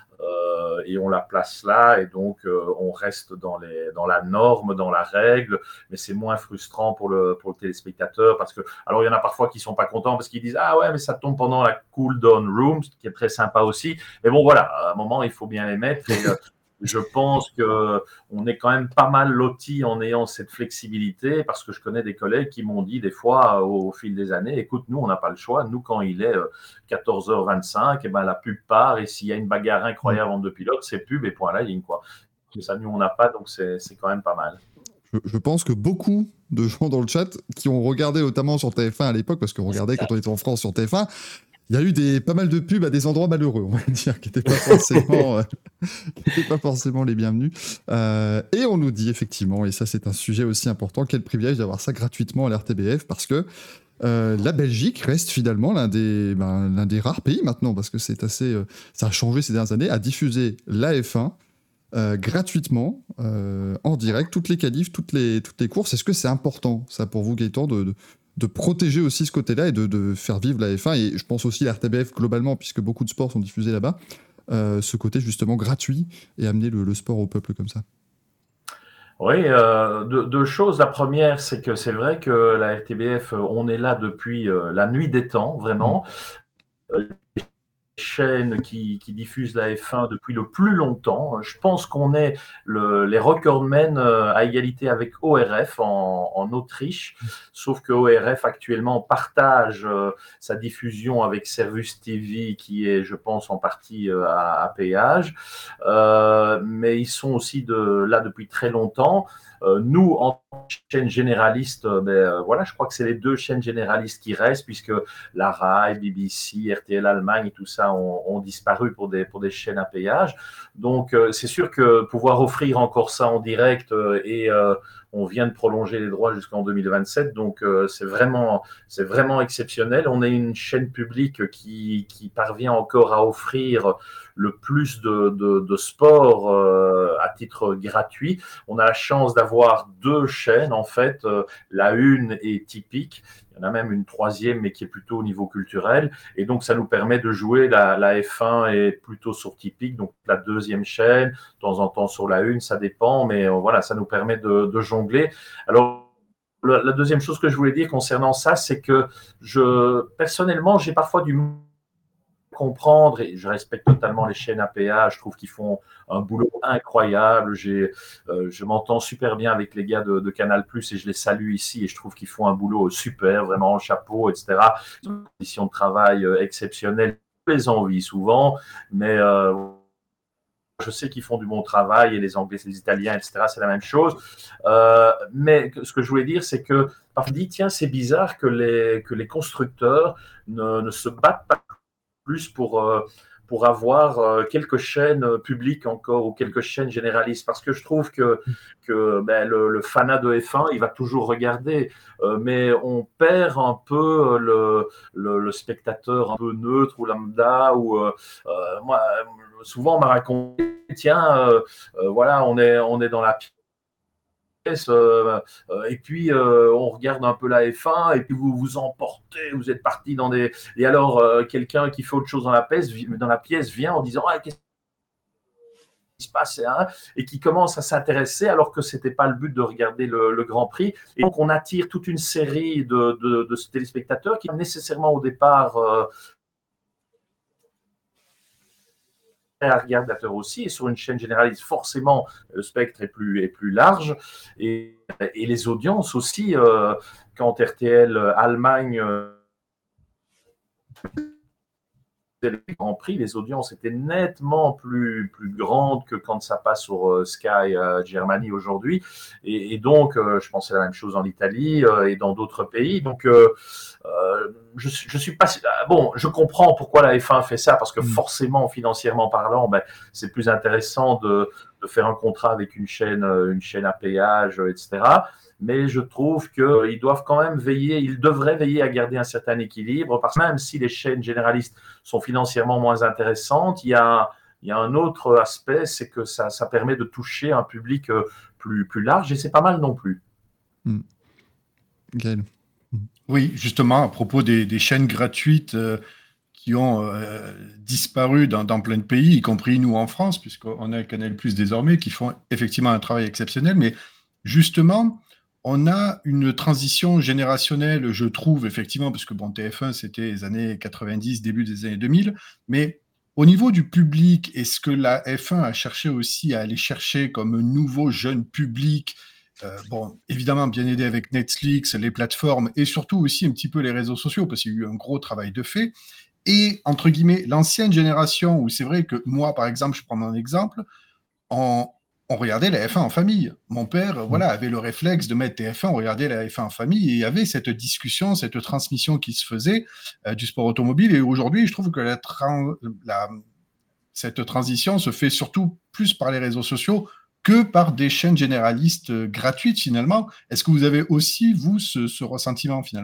Euh, et on la place là, et donc euh, on reste dans, les, dans la norme, dans la règle, mais c'est moins frustrant pour le, pour le téléspectateur, parce que, alors il y en a parfois qui ne sont pas contents, parce qu'ils disent « Ah ouais, mais ça tombe pendant la cool down room », ce qui est très sympa aussi, mais bon voilà, à un moment il faut bien les mettre, et euh, je pense qu'on est quand même pas mal lotis en ayant cette flexibilité, parce que je connais des collègues qui m'ont dit des fois au, au fil des années, écoute, nous on n'a pas le choix, nous quand il est quatorze heures vingt-cinq, et ben, la pub part, et s'il y a une bagarre incroyable entre deux pilotes, c'est pub et point à la ligne, quoi. Mais ça, nous on n'a pas, donc c'est, c'est quand même pas mal. Je, je pense que beaucoup de gens dans le chat qui ont regardé notamment sur T F un à l'époque, parce qu'on regardait quand on était en France sur T F un, il y a eu des, pas mal de pubs à des endroits malheureux, on va dire, qui n'étaient pas forcément, euh, qui n'étaient pas forcément les bienvenus. Euh, et on nous dit effectivement, et ça c'est un sujet aussi important, quel privilège d'avoir ça gratuitement à l'R T B F, parce que euh, la Belgique reste finalement l'un des, ben, l'un des rares pays maintenant, parce que c'est assez, euh, ça a changé ces dernières années, à diffuser la F un euh, gratuitement, euh, en direct, toutes les qualifs, toutes les, toutes les courses. Est-ce que c'est important, ça, pour vous, Gaëtan, de, de de protéger aussi ce côté-là et de, de faire vivre la F un, et je pense aussi la R T B F globalement, puisque beaucoup de sports sont diffusés là-bas, euh, ce côté justement gratuit et amener le, le sport au peuple comme ça? Oui, euh, deux, deux choses. La première, c'est que c'est vrai que la R T B F, on est là depuis euh, la nuit des temps, vraiment. Mmh. Euh, chaîne qui, qui diffuse la F un depuis le plus longtemps. Je pense qu'on est le, les recordmen à égalité avec O R F en, en Autriche, sauf que O R F actuellement partage euh, sa diffusion avec Servus T V, qui est, je pense, en partie euh, à, à péage. Euh, mais ils sont aussi de, là depuis très longtemps. Euh, nous, en chaîne généraliste, ben, euh, voilà, je crois que c'est les deux chaînes généralistes qui restent, puisque la Rai, B B C, R T L Allemagne, tout ça ont, ont disparu pour des, pour des chaînes à péage. Donc, euh, c'est sûr que pouvoir offrir encore ça en direct, euh, et euh, on vient de prolonger les droits jusqu'en deux mille vingt-sept, donc euh, c'est vraiment, c'est vraiment exceptionnel. On est une chaîne publique qui, qui parvient encore à offrir le plus de, de, de sport euh, à titre gratuit. On a la chance d'avoir deux chaînes, en fait. Euh, la une est typique. Il y en a même une troisième, mais qui est plutôt au niveau culturel. Et donc, ça nous permet de jouer. La, la F un est plutôt sur typique, donc la deuxième chaîne, de temps en temps sur la une, ça dépend. Mais euh, voilà, ça nous permet de, de jongler. Alors, la deuxième chose que je voulais dire concernant ça, c'est que je, personnellement, j'ai parfois du comprendre, et je respecte totalement les chaînes A P A, je trouve qu'ils font un boulot incroyable. J'ai, euh, je m'entends super bien avec les gars de, de Canal+, et je les salue ici, et je trouve qu'ils font un boulot super, vraiment, chapeau, et cetera. Une condition de travail exceptionnelle, les envies souvent, mais euh, je sais qu'ils font du bon travail, et les Anglais, les Italiens, et cetera, c'est la même chose. Euh, mais ce que je voulais dire, c'est que parfois on dit, tiens, c'est bizarre que les, que les constructeurs ne, ne se battent pas plus pour, euh, pour avoir euh, quelques chaînes publiques encore, ou quelques chaînes généralistes, parce que je trouve que, que ben, le, le fanat de F un, il va toujours regarder, euh, mais on perd un peu le, le, le spectateur un peu neutre ou lambda, ou euh, euh, moi, souvent on m'a raconté, tiens, euh, euh, voilà, on est, on est dans la Euh, euh, et puis euh, on regarde un peu la F un, et puis vous vous emportez, vous êtes parti dans des... Et alors euh, quelqu'un qui fait autre chose dans la pièce, dans la pièce vient en disant ah, qu'est-ce qui se passe, hein, et qui commence à s'intéresser alors que c'était pas le but de regarder le, le Grand Prix. Et donc on attire toute une série de, de, de téléspectateurs qui nécessairement au départ euh, à regardateur aussi, et sur une chaîne généraliste, forcément, le spectre est plus, est plus large, et, et les audiences aussi, euh, quand R T L Allemagne euh, le Grand Prix, les audiences étaient nettement plus, plus grandes que quand ça passe sur euh, Sky euh, Germany aujourd'hui, et, et donc euh, je pense que c'est la même chose en Italie euh, et dans d'autres pays. Donc euh, euh, je, je suis pas bon, je comprends pourquoi la F un fait ça, parce que forcément financièrement parlant, ben, c'est plus intéressant de, de faire un contrat avec une chaîne, une chaîne à péage, et cetera. Mais je trouve qu'ils doivent quand même veiller, ils devraient veiller à garder un certain équilibre, parce que même si les chaînes généralistes sont financièrement moins intéressantes, il y a, il y a un autre aspect, c'est que ça, ça permet de toucher un public plus, plus large, et c'est pas mal non plus. Mmh. Gaël. Oui, justement, à propos des, des chaînes gratuites euh, qui ont euh, disparu dans, dans plein de pays, y compris nous en France, puisqu'on a Canal+ désormais, qui font effectivement un travail exceptionnel, mais justement, on a une transition générationnelle, je trouve, effectivement, parce que bon, T F un, c'était les années quatre-vingt-dix, début des années deux mille, mais au niveau du public, est-ce que la F un a cherché aussi à aller chercher comme nouveau jeune public, euh, bon, évidemment, bien aidé avec Netflix, les plateformes, et surtout aussi un petit peu les réseaux sociaux, parce qu'il y a eu un gros travail de fait, et, entre guillemets, l'ancienne génération, où c'est vrai que moi, par exemple, je prends mon exemple, en on regardait la F un en famille. Mon père, voilà, avait le réflexe de mettre T F un, on regardait la F un en famille, et il y avait cette discussion, cette transmission qui se faisait euh, du sport automobile. Et aujourd'hui, je trouve que la, tra- la cette transition se fait surtout plus par les réseaux sociaux que par des chaînes généralistes euh, gratuites, finalement. Est-ce que vous avez aussi, vous, ce, ce ressentiment, finalement ?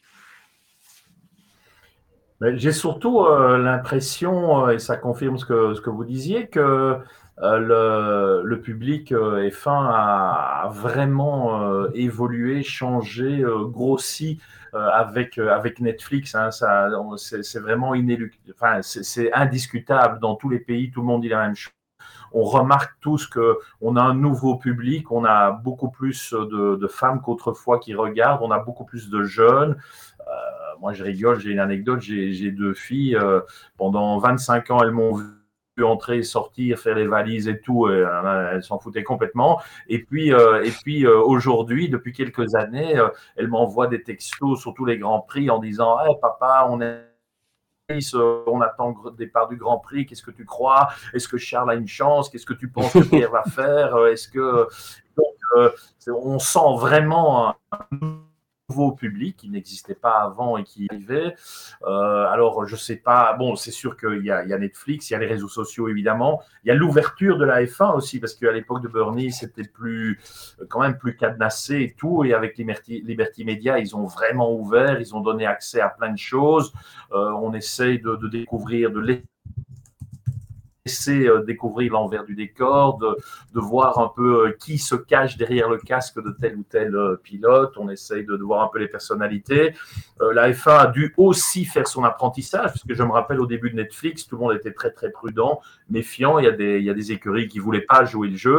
J'ai surtout euh, l'impression, et ça confirme ce que, ce que vous disiez, que Euh, le, le public euh, F un a, a vraiment euh, évolué, changé, euh, grossi euh, avec, euh, avec Netflix. Hein, ça, c'est, c'est vraiment inéluctable, enfin, c'est, c'est indiscutable dans tous les pays, tout le monde dit la même chose. On remarque tous qu'on a un nouveau public, on a beaucoup plus de, de femmes qu'autrefois qui regardent, on a beaucoup plus de jeunes. Euh, moi, je rigole, j'ai une anecdote, j'ai, j'ai deux filles, euh, pendant vingt-cinq ans, elles m'ont vu entrer, sortir, faire les valises et tout, et, euh, elles s'en foutaient complètement. Et puis, euh, et puis euh, aujourd'hui, depuis quelques années, euh, elles m'envoient des textos sur tous les Grands Prix en disant hey, « Papa, on est on attend le départ du Grand Prix, qu'est-ce que tu crois? Est-ce que Charles a une chance? Qu'est-ce que tu penses que Pierre va faire? Est-ce que... » Donc, euh, on sent vraiment un nouveau public qui n'existait pas avant et qui arrivait. Euh, alors, je sais pas, bon, c'est sûr qu'il y a, il y a Netflix, il y a les réseaux sociaux, évidemment. Il y a l'ouverture de la F un aussi, parce qu'à l'époque de Bernie, c'était plus, quand même plus cadenassé et tout. Et avec Liberty, Liberty Media, ils ont vraiment ouvert, ils ont donné accès à plein de choses. Euh, on essaye de, de découvrir, de laisser laisser découvrir l'envers du décor, de, de voir un peu qui se cache derrière le casque de tel ou tel pilote. On essaye de, de voir un peu les personnalités. Euh, la F un a dû aussi faire son apprentissage, parce que je me rappelle au début de Netflix, tout le monde était très très prudent, méfiant. Il y a des, il y a des écuries qui ne voulaient pas jouer le jeu.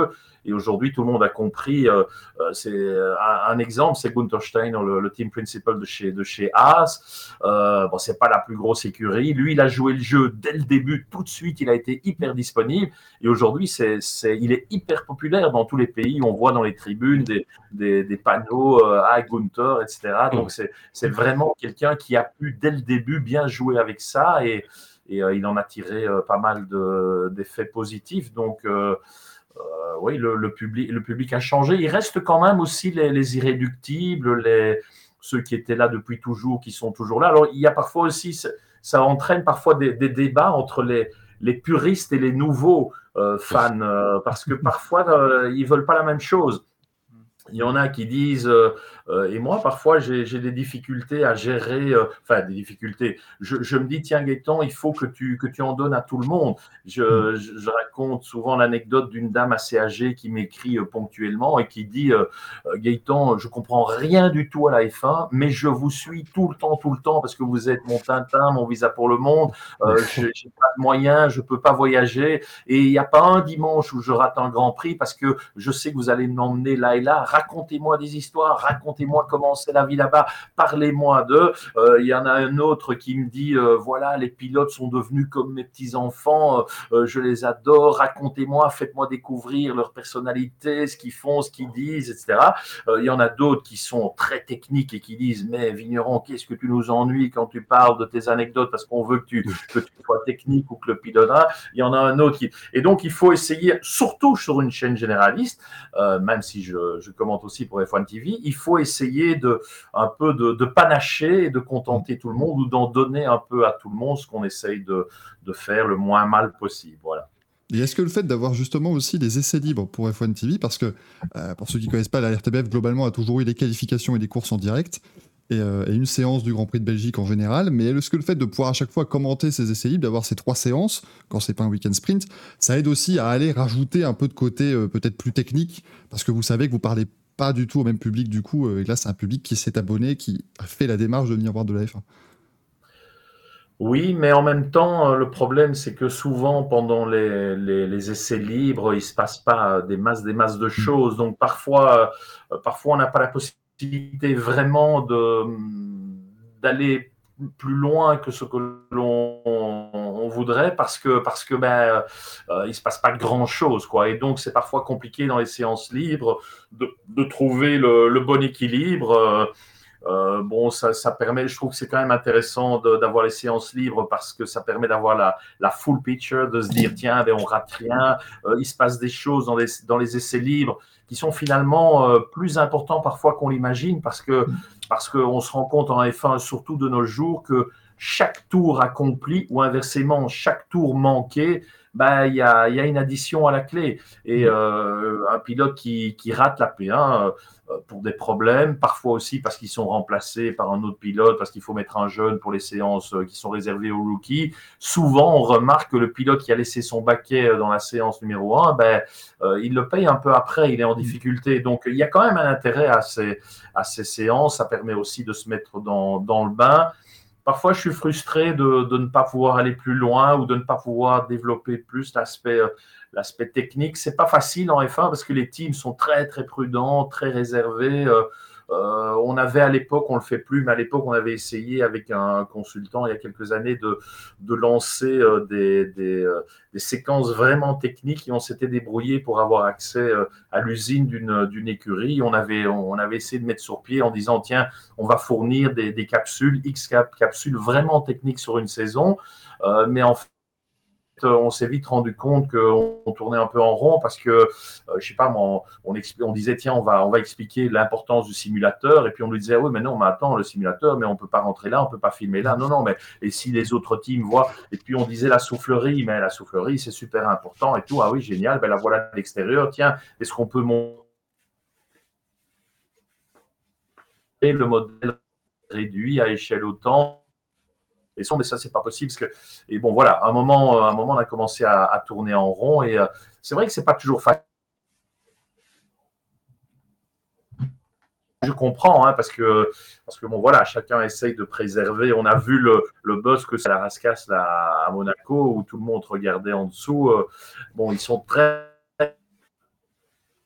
et aujourd'hui, tout le monde a compris. Euh, euh, c'est un, un exemple, c'est Gunther Steiner, le, le team principal de chez, de chez Haas. Euh, bon, c'est pas la plus grosse écurie. Lui, il a joué le jeu dès le début, tout de suite, il a été hyper disponible. Et aujourd'hui, c'est, c'est, il est hyper populaire dans tous les pays. On voit dans les tribunes des, des, des panneaux euh, à Gunther, et cetera. Donc, c'est, c'est vraiment quelqu'un qui a pu, dès le début, bien jouer avec ça. Et, et euh, il en a tiré euh, pas mal de, d'effets positifs. Donc, euh, euh, oui, le, le, public, le public a changé. Il reste quand même aussi les, les irréductibles, les, ceux qui étaient là depuis toujours, qui sont toujours là. Alors, il y a parfois aussi, ça entraîne parfois des, des débats entre les, les puristes et les nouveaux euh, fans, euh, parce que parfois, euh, ils ne veulent pas la même chose. Il y en a qui disent, euh, euh, et moi parfois j'ai, j'ai des difficultés à gérer, euh, enfin des difficultés. Je, je me dis, tiens Gaëtan, il faut que tu, que tu en donnes à tout le monde. Je, je, je raconte souvent l'anecdote d'une dame assez âgée qui m'écrit euh, ponctuellement et qui dit, euh, Gaëtan, je comprends rien du tout à la F un, mais je vous suis tout le temps, tout le temps, parce que vous êtes mon Tintin, mon Visa pour le monde. Euh, je n'ai pas de moyens, je ne peux pas voyager, et il n'y a pas un dimanche où je rate un Grand Prix parce que je sais que vous allez m'emmener là et là. Racontez-moi des histoires, racontez-moi comment c'est la vie là-bas, parlez-moi d'eux. Il euh, y en a un autre qui me dit, euh, voilà, les pilotes sont devenus comme mes petits-enfants, euh, je les adore, racontez-moi, faites-moi découvrir leur personnalité, ce qu'ils font, ce qu'ils disent, et cetera. Il euh, y en a d'autres qui sont très techniques et qui disent, mais Vigneron, qu'est-ce que tu nous ennuies quand tu parles de tes anecdotes parce qu'on veut que tu, que tu sois technique ou que le pilote. Il y en a un autre qui... Et donc, il faut essayer, surtout sur une chaîne généraliste, euh, même si je, je commente aussi pour F un T V, il faut essayer de, un peu de, de panacher et de contenter tout le monde ou d'en donner un peu à tout le monde ce qu'on essaye de, de faire le moins mal possible. Voilà. Et est-ce que le fait d'avoir justement aussi des essais libres pour F un T V, parce que euh, pour ceux qui ne connaissent pas, la R T B F globalement a toujours eu les qualifications et les courses en direct, et, euh, et une séance du Grand Prix de Belgique en général, mais est-ce que le fait de pouvoir à chaque fois commenter ces essais libres, d'avoir ces trois séances, quand c'est pas un week-end sprint, ça aide aussi à aller rajouter un peu de côté euh, peut-être plus technique, parce que vous savez que vous parlez pas du tout au même public du coup, euh, et là c'est un public qui s'est abonné, qui a fait la démarche de venir voir de la F un. Oui, mais en même temps, le problème, c'est que souvent, pendant les, les, les essais libres, il ne se passe pas des masses, des masses de choses. Donc, parfois, euh, parfois on n'a pas la possibilité vraiment de, d'aller plus loin que ce que l'on on voudrait parce que, parce que ben, euh, il ne se passe pas grand-chose, quoi. Et donc, c'est parfois compliqué dans les séances libres de, de trouver le, le bon équilibre. Euh, Euh, bon, ça, ça permet, je trouve que c'est quand même intéressant de, d'avoir les séances libres parce que ça permet d'avoir la, la full picture, de se dire, tiens, ben, on rate rien, euh, il se passe des choses dans les, dans les essais libres qui sont finalement euh, plus importants parfois qu'on l'imagine parce que, parce qu'on se rend compte en F un, surtout de nos jours, que chaque tour accompli ou inversement, chaque tour manqué, ben, il y a, y a une addition à la clé. Et euh, un pilote qui, qui rate la P un, euh, pour des problèmes, parfois aussi parce qu'ils sont remplacés par un autre pilote, parce qu'il faut mettre un jeune pour les séances qui sont réservées aux rookies. Souvent, on remarque que le pilote qui a laissé son baquet dans la séance numéro un, ben, euh, il le paye un peu après, il est en difficulté. Donc, il y a quand même un intérêt à ces, à ces séances. Ça permet aussi de se mettre dans, dans le bain. Parfois, je suis frustré de, de ne pas pouvoir aller plus loin ou de ne pas pouvoir développer plus l'aspect, l'aspect technique. C'est pas facile en F un parce que les teams sont très, très prudents, très réservés. Euh, euh, on avait à l'époque, on le fait plus, mais à l'époque, on avait essayé avec un consultant il y a quelques années de, de lancer euh, des, des, euh, des séquences vraiment techniques et on s'était débrouillé pour avoir accès euh, à l'usine d'une, d'une écurie. On avait, on avait essayé de mettre sur pied en disant, tiens, on va fournir des, des capsules, X capsules vraiment techniques sur une saison, euh, mais en fait, on s'est vite rendu compte qu'on tournait un peu en rond parce que, euh, je sais pas, on, on, expl- on disait, tiens, on va, on va expliquer l'importance du simulateur. Et puis, on lui disait, ah oui, mais non, mais attends, le simulateur, mais on peut pas rentrer là, on peut pas filmer là. Non, non, mais et si les autres teams voient. Et puis, on disait la soufflerie, mais la soufflerie, c'est super important et tout. Ah oui, génial, ben la voilà de l'extérieur. Tiens, est-ce qu'on peut montrer le modèle réduit à échelle autant? Et son, mais ça, c'est pas possible. Parce que, et bon, voilà, à un moment, à un moment on a commencé à, à tourner en rond. Et euh, c'est vrai que c'est pas toujours facile. Je comprends, hein, parce que, parce que bon, voilà, chacun essaye de préserver. On a vu le, le buzz que c'est la rascasse là, à Monaco, où tout le monde regardait en dessous. Euh, bon, ils sont très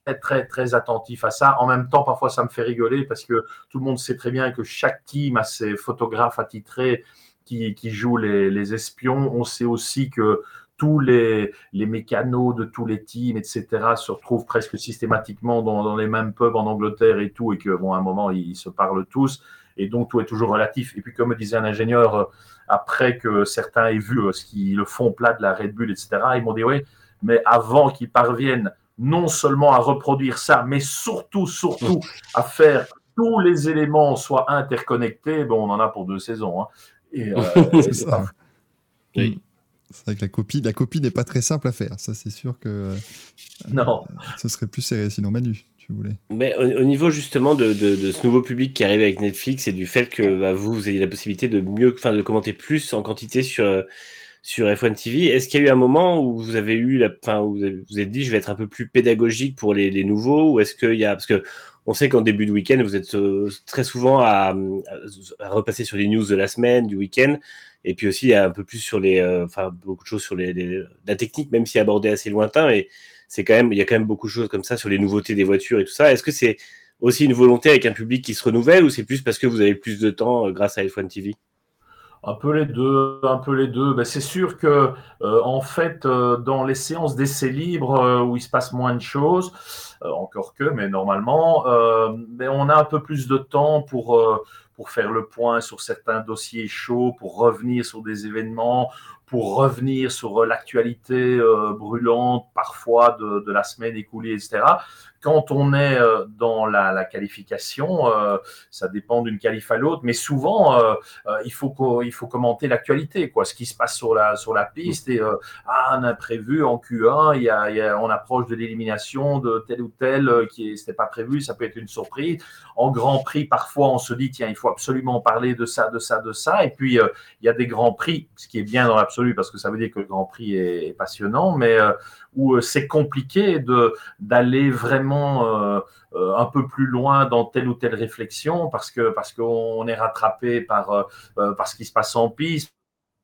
très, très, très attentif à ça. En même temps, parfois, ça me fait rigoler parce que tout le monde sait très bien que chaque team a ses photographes attitrés qui, qui jouent les, les espions. On sait aussi que tous les, les mécanos de tous les teams, et cetera, se retrouvent presque systématiquement dans, dans les mêmes pubs en Angleterre et tout, et que, bon, à un moment, ils, ils se parlent tous. Et donc, tout est toujours relatif. Et puis, comme me disait un ingénieur, euh, après que certains aient vu euh, ce qui, le fond plat de la Red Bull, et cetera, ils m'ont dit, oui, mais avant qu'ils parviennent non seulement à reproduire ça, mais surtout, surtout, à faire tous les éléments soient interconnectés, bon, on en a pour deux saisons. Hein. Et, euh, et C'est c'est ça. pas Oui. C'est vrai que la copie, la copie n'est pas très simple à faire. Ça, c'est sûr que euh, Non. ce serait plus serré. Sinon, Manu, tu voulais. Mais au, au niveau justement de, de, de ce nouveau public qui arrive avec Netflix et du fait que bah, vous, vous ayez la possibilité de mieux, enfin de commenter plus en quantité sur sur F un T V, est-ce qu'il y a eu un moment où vous avez eu, la, enfin où vous avez, vous avez dit je vais être un peu plus pédagogique pour les, les nouveaux, ou est-ce qu'il y a, parce que on sait qu'en début de week-end vous êtes euh, très souvent à, à, à repasser sur les news de la semaine, du week-end. Et puis aussi, il y a un peu plus sur les, euh, enfin beaucoup de choses sur les, les la technique, même si abordé assez lointain. Et c'est quand même, il y a quand même beaucoup de choses comme ça sur les nouveautés des voitures et tout ça. Est-ce que c'est aussi une volonté avec un public qui se renouvelle, ou c'est plus parce que vous avez plus de temps euh, grâce à F un T V? Un peu les deux, un peu les deux. Ben, c'est sûr que, euh, en fait, euh, dans les séances d'essais libres euh, où il se passe moins de choses, euh, encore que, mais normalement, euh, ben, on a un peu plus de temps pour euh, pour faire le point sur certains dossiers chauds, pour revenir sur des événements, pour revenir sur l'actualité euh, brûlante parfois de, de la semaine écoulée, et cetera. Quand on est euh, dans la, la qualification, euh, ça dépend d'une qualif à l'autre, mais souvent, euh, euh, il, faut il faut commenter l'actualité, quoi, ce qui se passe sur la, sur la piste. Et euh, ah, un imprévu en Q un, il y a, il y a, on approche de l'élimination de tel ou tel euh, qui n'était pas prévu, ça peut être une surprise. En Grand Prix, parfois, on se dit, tiens, il faut absolument parler de ça, de ça, de ça. Et puis, euh, il y a des Grands Prix, ce qui est bien dans l'absolu, parce que ça veut dire que le Grand Prix est, est passionnant, mais euh, où euh, c'est compliqué de, d'aller vraiment euh, euh, un peu plus loin dans telle ou telle réflexion, parce que parce qu'on est rattrapé par, euh, par ce qui se passe en piste,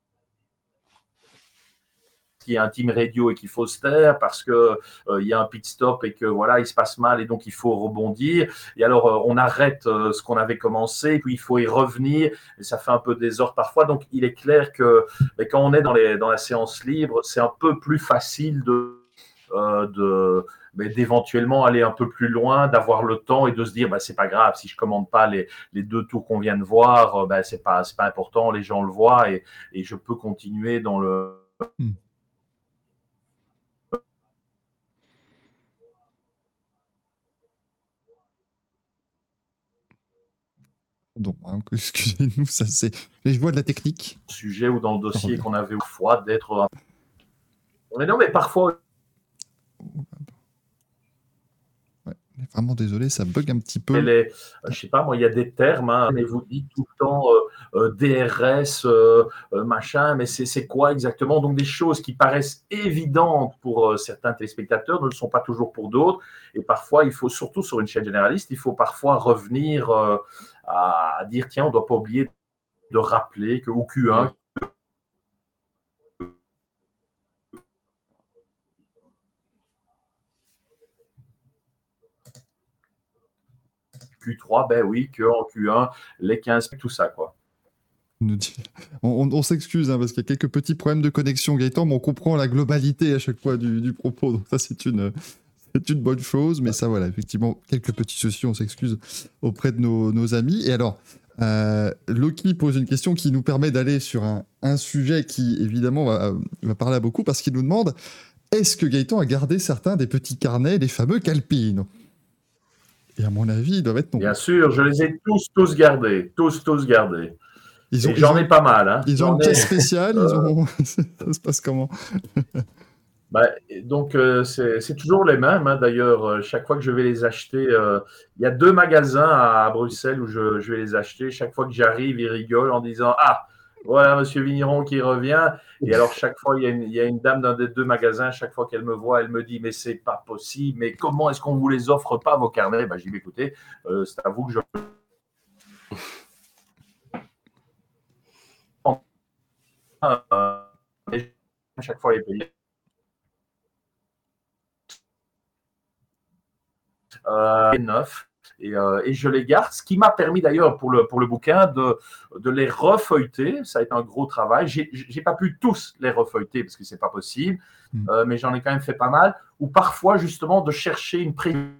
qu'il y a un team radio et qu'il faut se taire, parce qu'il euh, y a un pit stop et que voilà, il se passe mal et donc il faut rebondir. Et alors, euh, on arrête euh, ce qu'on avait commencé, et puis il faut y revenir, et ça fait un peu désordre parfois. Donc, il est clair que quand on est dans, les, dans la séance libre, c'est un peu plus facile de, euh, de mais d'éventuellement aller un peu plus loin, d'avoir le temps et de se dire, bah, c'est pas grave, si je commande pas les, les deux tours qu'on vient de voir, bah, c'est pas, c'est pas important, les gens le voient, et, et je peux continuer dans le... Hmm. Donc, hein, excusez-nous, ça c'est. Je vois de la technique. Sujet ou dans le dossier qu'on avait au foie d'être. Mais non, mais parfois. Ouais, vraiment désolé, ça bug un petit peu. Les, je sais pas, moi, il y a des termes, hein, mais vous dites tout le temps euh, euh, D R S, euh, euh, machin, mais c'est, c'est quoi exactement? Donc, des choses qui paraissent évidentes pour euh, certains téléspectateurs ne le sont pas toujours pour d'autres. Et parfois, il faut, surtout sur une chaîne généraliste, il faut parfois revenir euh, à, à dire, tiens, on ne doit pas oublier de rappeler qu'au Q un, Q trois, ben oui, qu'en Q un, les quinze, tout ça, quoi. On, on, on s'excuse hein, parce qu'il y a quelques petits problèmes de connexion, Gaëtan, mais on comprend la globalité à chaque fois du, du propos. Donc ça, c'est une, c'est une bonne chose. Mais ça, voilà, effectivement, quelques petits soucis, on s'excuse auprès de nos, nos amis. Et alors, euh, Loki pose une question qui nous permet d'aller sur un, un sujet qui, évidemment, va, va parler à beaucoup parce qu'il nous demande est-ce que Gaëtan a gardé certains des petits carnets, les fameux Calpines? Et à mon avis, ils doivent être nombreux. Bien sûr, je les ai tous, tous gardés. Tous, tous gardés. Ils ont, Et j'en ils ont, ai pas mal. Hein. Ils ont j'en une ai... pièce spéciale ils ont... Ça se passe comment? Bah, donc, euh, c'est, c'est toujours les mêmes. Hein. D'ailleurs, chaque fois que je vais les acheter, euh, il y a deux magasins à, à Bruxelles où je, je vais les acheter. Chaque fois que j'arrive, ils rigolent en disant « Ah, voilà Monsieur Vigneron qui revient ». Et alors, chaque fois, il y, a une, il y a une dame d'un des deux magasins, chaque fois qu'elle me voit, elle me dit « Mais c'est pas possible, mais comment est-ce qu'on vous les offre pas, vos carnets ?» bah, je dis « Écoutez, euh, c'est à vous que je… » À chaque fois, les payer. euh, neuf. Et, euh, et je les garde, ce qui m'a permis d'ailleurs pour le, pour le bouquin de, de les refeuilleter. Ça a été un gros travail. J'ai, j'ai pas pu tous les refeuilleter parce que c'est pas possible, mmh. euh, mais j'en ai quand même fait pas mal. Ou parfois justement de chercher une précision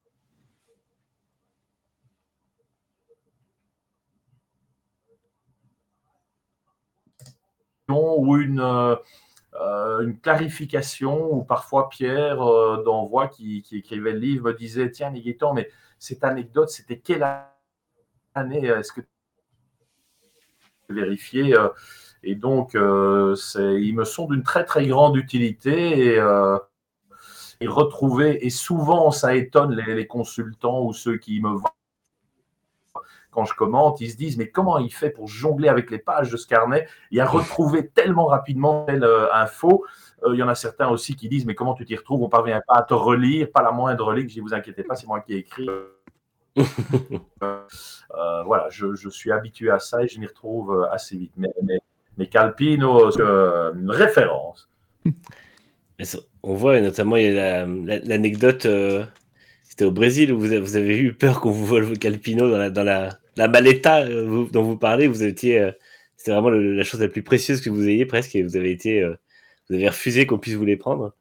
ou une, euh, une clarification, ou parfois Pierre euh, d'Envoi qui, qui écrivait le livre me disait tiens Gaëtan, mais cette anecdote c'était quelle année, est-ce que tu peux vérifier? Et donc euh, c'est, ils me sont d'une très très grande utilité, et, euh, et retrouver, et souvent ça étonne les, les consultants ou ceux qui me voient quand je commente, ils se disent mais comment il fait pour jongler avec les pages de ce carnet et à retrouver tellement rapidement telle euh, info. Euh, il y en a certains aussi qui disent mais comment tu t'y retrouves, on ne parvient pas à te relire, pas la moindre ligne. Je dis vous inquiétez pas, c'est moi qui ai écrit. euh, euh, voilà, je, je suis habitué à ça et je m'y retrouve assez vite. Mais, mais, mais Calpino, c'est euh, une référence. On voit notamment il y a la, la, l'anecdote, euh, c'était au Brésil où vous avez, vous avez eu peur qu'on vous vole vos Calpino dans la, dans la, la maleta euh, vous, dont vous parlez. Vous étiez, euh, c'était vraiment le, la chose la plus précieuse que vous ayez presque, et vous avez été, euh, vous avez refusé qu'on puisse vous les prendre.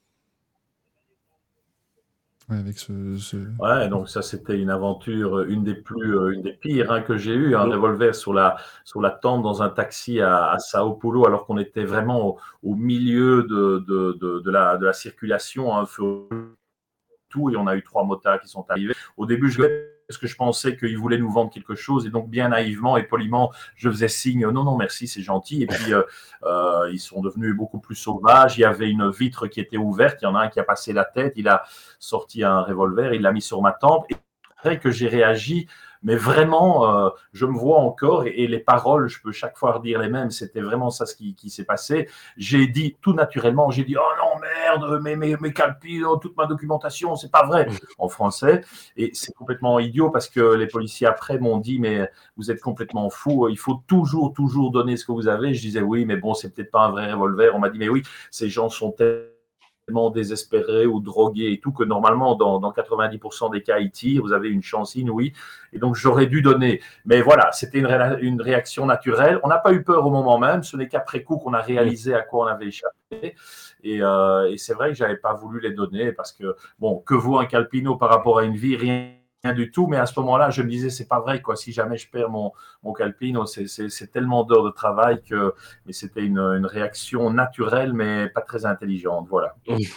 Ouais, avec ce, ce... ouais, donc ça c'était une aventure, une des plus, une des pires hein, que j'ai eu, un oui. revolver sur la sur la tempe dans un taxi à, à Sao Paulo, alors qu'on était vraiment au, au milieu de de, de de la de la circulation, un feu tout, et on a eu trois motards qui sont arrivés. Au début, je parce que je pensais qu'ils voulaient nous vendre quelque chose, et donc bien naïvement et poliment, je faisais signe non non merci, c'est gentil. Et puis euh, euh, ils sont devenus beaucoup plus sauvages. Il y avait une vitre qui était ouverte, il y en a un qui a passé la tête, il a sorti un revolver, il l'a mis sur ma tempe, et après que j'ai réagi. Mais vraiment, euh, je me vois encore, et, et les paroles, je peux chaque fois redire les mêmes. C'était vraiment ça ce qui, qui s'est passé. J'ai dit tout naturellement, j'ai dit « Oh non, merde, mes, mes, mes Calpino, toute ma documentation, c'est pas vrai » en français. Et c'est complètement idiot parce que les policiers après m'ont dit « Mais vous êtes complètement fou, il faut toujours, toujours donner ce que vous avez. » Je disais « Oui, mais bon, c'est peut-être pas un vrai revolver. » On m'a dit « Mais oui, ces gens sont tellement désespérés ou drogués et tout, que normalement, dans, dans quatre-vingt-dix pour cent des cas, ils tirent, vous avez une chance inouïe. Et donc, j'aurais dû donner. Mais voilà, c'était une, ré- une réaction naturelle. On n'a pas eu peur au moment même. Ce n'est qu'après coup qu'on a réalisé à quoi on avait échappé. Et, euh, et c'est vrai que je n'avais pas voulu les donner parce que, bon, que vaut un Calpino par rapport à une vie? Rien. Rien du tout, mais à ce moment-là, je me disais, c'est pas vrai, quoi. Si jamais je perds mon, mon Calpino, c'est, c'est, c'est tellement d'heures de travail que, mais c'était une, une réaction naturelle, mais pas très intelligente, voilà.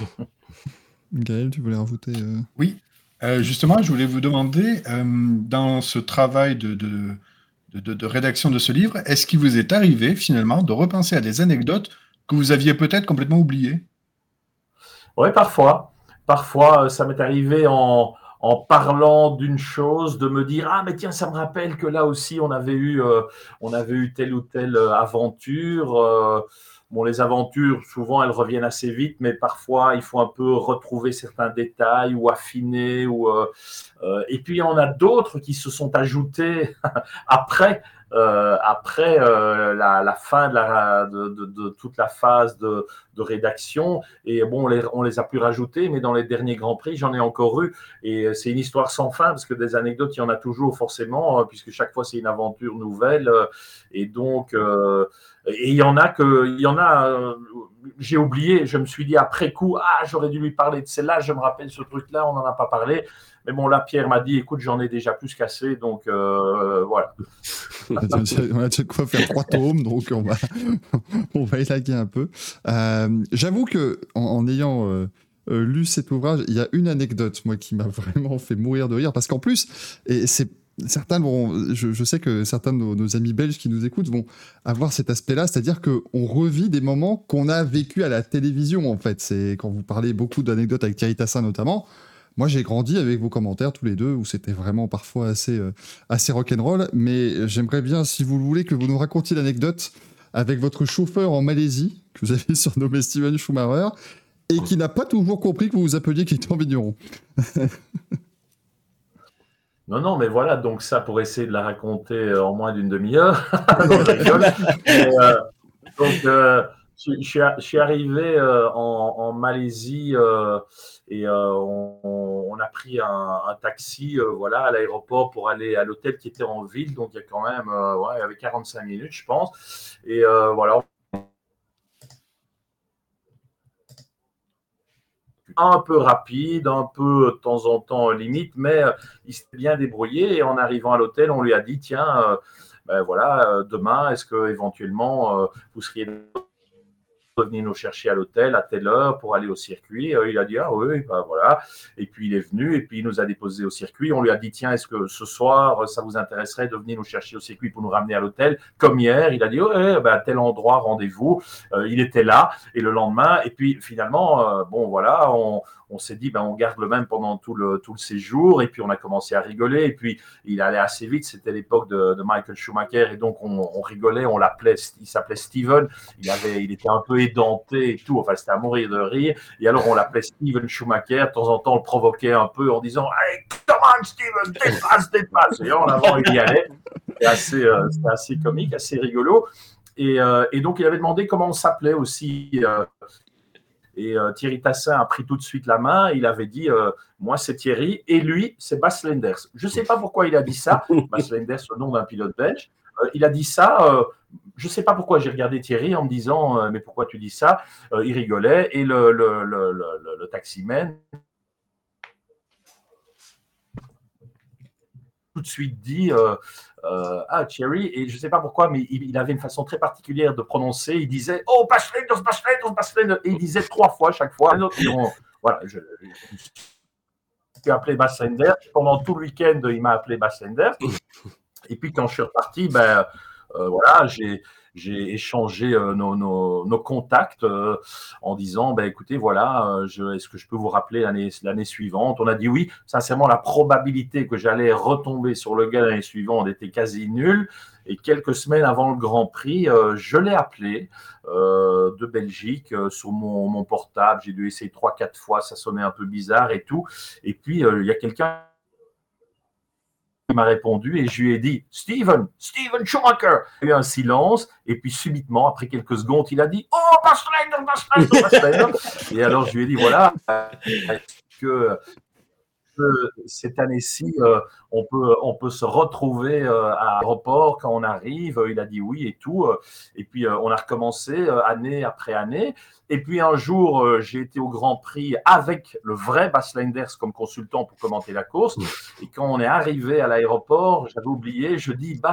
Gaël, tu voulais rajouter euh... Oui, euh, justement, je voulais vous demander, euh, dans ce travail de, de, de, de rédaction de ce livre, est-ce qu'il vous est arrivé, finalement, de repenser à des anecdotes que vous aviez peut-être complètement oubliées? Oui, parfois. Parfois, ça m'est arrivé en... en parlant d'une chose, de me dire « Ah, mais tiens, ça me rappelle que là aussi, on avait eu, euh, on avait eu telle ou telle aventure. Euh, » Bon, les aventures, souvent, elles reviennent assez vite, mais parfois, il faut un peu retrouver certains détails ou affiner. Ou, euh, euh, et puis, il y en a d'autres qui se sont ajoutés après, euh, après euh, la, la fin de, la, de, de, de toute la phase de, de rédaction. Et bon, on les, on les a pu rajouter, mais dans les derniers Grands Prix, j'en ai encore eu. Et c'est une histoire sans fin, parce que des anecdotes, il y en a toujours forcément, puisque chaque fois, c'est une aventure nouvelle. Et donc... Euh, Et il y en a que, il y en a, euh, j'ai oublié, je me suis dit après coup, ah, j'aurais dû lui parler de celle-là, je me rappelle ce truc-là, on n'en a pas parlé. Mais bon, là, Pierre m'a dit, écoute, j'en ai déjà plus qu'assez, donc euh, voilà. On a déjà quoi faire trois tomes, donc on va, on va élaguer un peu. Euh, j'avoue que en, en ayant euh, euh, lu cet ouvrage, il y a une anecdote, moi, qui m'a vraiment fait mourir de rire, parce qu'en plus, et c'est Certains vont, je, je sais que certains de nos, nos amis belges qui nous écoutent vont avoir cet aspect-là, c'est-à-dire qu'on revit des moments qu'on a vécu à la télévision, en fait. C'est quand vous parlez beaucoup d'anecdotes avec Thierry Tassin notamment. Moi, j'ai grandi avec vos commentaires tous les deux, où c'était vraiment parfois assez, euh, assez rock'n'roll. Mais j'aimerais bien, si vous le voulez, que vous nous racontiez l'anecdote avec votre chauffeur en Malaisie, que vous avez surnommé Steven Schumacher, et qui n'a pas toujours compris que vous vous appeliez Gaëtan Vigneron. Non, non, mais voilà, donc ça, pour essayer de la raconter en moins d'une demi-heure, non, je rigole. Mais, euh, donc, euh, je, je suis, je suis arrivé euh, en, en Malaisie euh, et euh, on, on a pris un, un taxi euh, voilà, à l'aéroport pour aller à l'hôtel qui était en ville. Donc, il y a quand même euh, ouais, il y avait quarante-cinq minutes, je pense. Et euh, voilà, un peu rapide, un peu de temps en temps limite, mais euh, il s'est bien débrouillé. Et en arrivant à l'hôtel, on lui a dit tiens, euh, ben voilà, euh, demain, est-ce que éventuellement euh, vous seriez venir nous chercher à l'hôtel à telle heure pour aller au circuit. Euh, il a dit ah oui, ben voilà. Et puis il est venu et puis il nous a déposé au circuit. On lui a dit tiens, est-ce que ce soir ça vous intéresserait de venir nous chercher au circuit pour nous ramener à l'hôtel comme hier? Il a dit ouais, ben, à tel endroit rendez-vous. Euh, il était là et le lendemain et puis finalement euh, bon voilà, on, on s'est dit ben on garde le même pendant tout le tout le séjour et puis on a commencé à rigoler et puis il allait assez vite. C'était l'époque de, de Michael Schumacher et donc on, on rigolait, on l'appelait, il s'appelait Steven. Il avait, il était un peu édenté et tout. Enfin, c'était à mourir de rire. Et alors, on l'appelait Steven Schumacher. De temps en temps, on le provoquait un peu en disant hey, come on, Steven, dépasse, dépasse. Et en avant, il y allait. C'était assez, euh, c'était assez comique, assez rigolo. Et, euh, et donc, il avait demandé comment on s'appelait aussi. Euh, et euh, Thierry Tassin a pris tout de suite la main. Il avait dit euh, moi, c'est Thierry. Et lui, c'est Bas Lenders. Je ne sais pas pourquoi il a dit ça. Bas Lenders, le nom d'un pilote belge. Euh, il a dit ça. Euh, je ne sais pas pourquoi j'ai regardé Thierry en me disant euh, mais pourquoi tu dis ça? euh, Il rigolait et le, le, le, le, le taximan tout de suite dit euh, euh, ah Thierry, et je ne sais pas pourquoi mais il, il avait une façon très particulière de prononcer. Il disait oh Bas Lenders, Bas Lenders, Bas Lenders et il disait trois fois chaque fois. Et on, voilà, je, je suis appelé Bas Lenders pendant tout le week-end. Il m'a appelé Bas Lenders et puis quand je suis reparti, ben euh, voilà, j'ai j'ai échangé euh, nos, nos, nos contacts euh, en disant, ben, écoutez, voilà, euh, je, est-ce que je peux vous rappeler l'année, l'année suivante? On a dit oui. Sincèrement, la probabilité que j'allais retomber sur le gars l'année suivante était quasi nulle. Et quelques semaines avant le Grand Prix, euh, je l'ai appelé euh, de Belgique euh, sur mon, mon portable. J'ai dû essayer trois, quatre fois. Ça sonnait un peu bizarre et tout. Et puis, euh, il y a quelqu'un m'a répondu et je lui ai dit Steven, Steven Schumacher. Il y a eu un silence et puis subitement, après quelques secondes, il a dit oh, Bas Lenders, Bas Lenders, Bas Lenders. Et alors je lui ai dit voilà, est-ce que, que cette année-ci, euh, on, peut, on peut se retrouver euh, à l'aéroport quand on arrive? Il a dit oui et tout. Et puis euh, on a recommencé euh, année après année. Et puis un jour, euh, j'ai été au Grand Prix avec le vrai Bas Lenders comme consultant pour commenter la course. Et quand on est arrivé à l'aéroport, j'avais oublié, je dis Bas,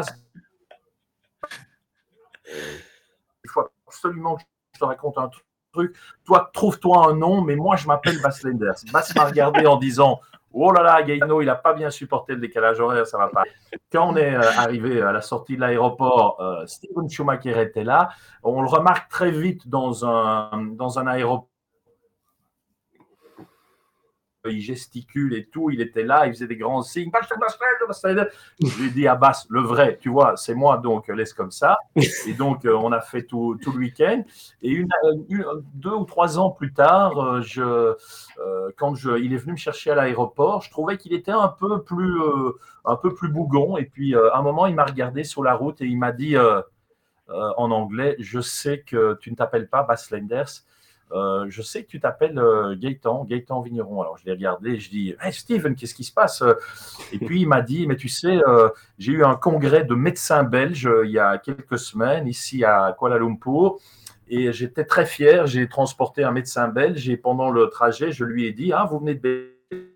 il faut absolument que je te raconte un truc. Toi, trouve-toi un nom, mais moi, je m'appelle Bas Lenders. Bas m'a regardé en disant oh là là, Gaetano, il n'a pas bien supporté le décalage horaire, ça va pas. Quand on est euh, arrivé à la sortie de l'aéroport, euh, Steven Schumacher était là. On le remarque très vite dans un, dans un aéroport. Il gesticule et tout, il était là, il faisait des grands signes. Je lui ai dit à Bas, le vrai, tu vois, c'est moi, donc laisse comme ça. Et donc, euh, on a fait tout, tout le week-end. Et une, une, deux ou trois ans plus tard, je, euh, quand je, il est venu me chercher à l'aéroport, je trouvais qu'il était un peu plus, euh, un peu plus bougon. Et puis, euh, à un moment, il m'a regardé sur la route et il m'a dit euh, euh, en anglais, je sais que tu ne t'appelles pas Bas Lenders. Euh, je sais que tu t'appelles euh, Gaëtan, Gaëtan Vigneron. Alors, je l'ai regardé et je dis hey, Steven, qu'est-ce qui se passe? Et puis, il m'a dit mais tu sais, euh, j'ai eu un congrès de médecins belges euh, il y a quelques semaines ici à Kuala Lumpur et j'étais très fier. J'ai transporté un médecin belge et pendant le trajet, je lui ai dit ah, vous venez de Belgique?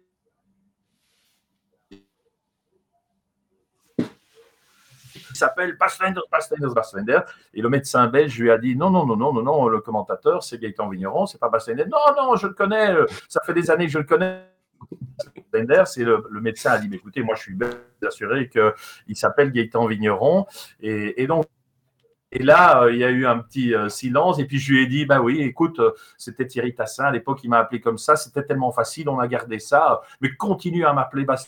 Il s'appelle Bas Lenders, Bas Lenders, Bas Lenders. Et le médecin belge lui a dit non, non, non, non, non, non, le commentateur, c'est Gaëtan Vigneron, c'est pas Bas Lenders. Non, non, je le connais, ça fait des années que je le connais. Lenders, et le, le médecin a dit écoutez, moi je suis bien assuré qu'il s'appelle Gaëtan Vigneron. Et, et donc, et là, euh, il y a eu un petit euh, silence. Et puis, je lui ai dit, bah oui, écoute, euh, c'était Thierry Tassin. À l'époque, il m'a appelé comme ça. C'était tellement facile, on a gardé ça. Mais continue à m'appeler Bas.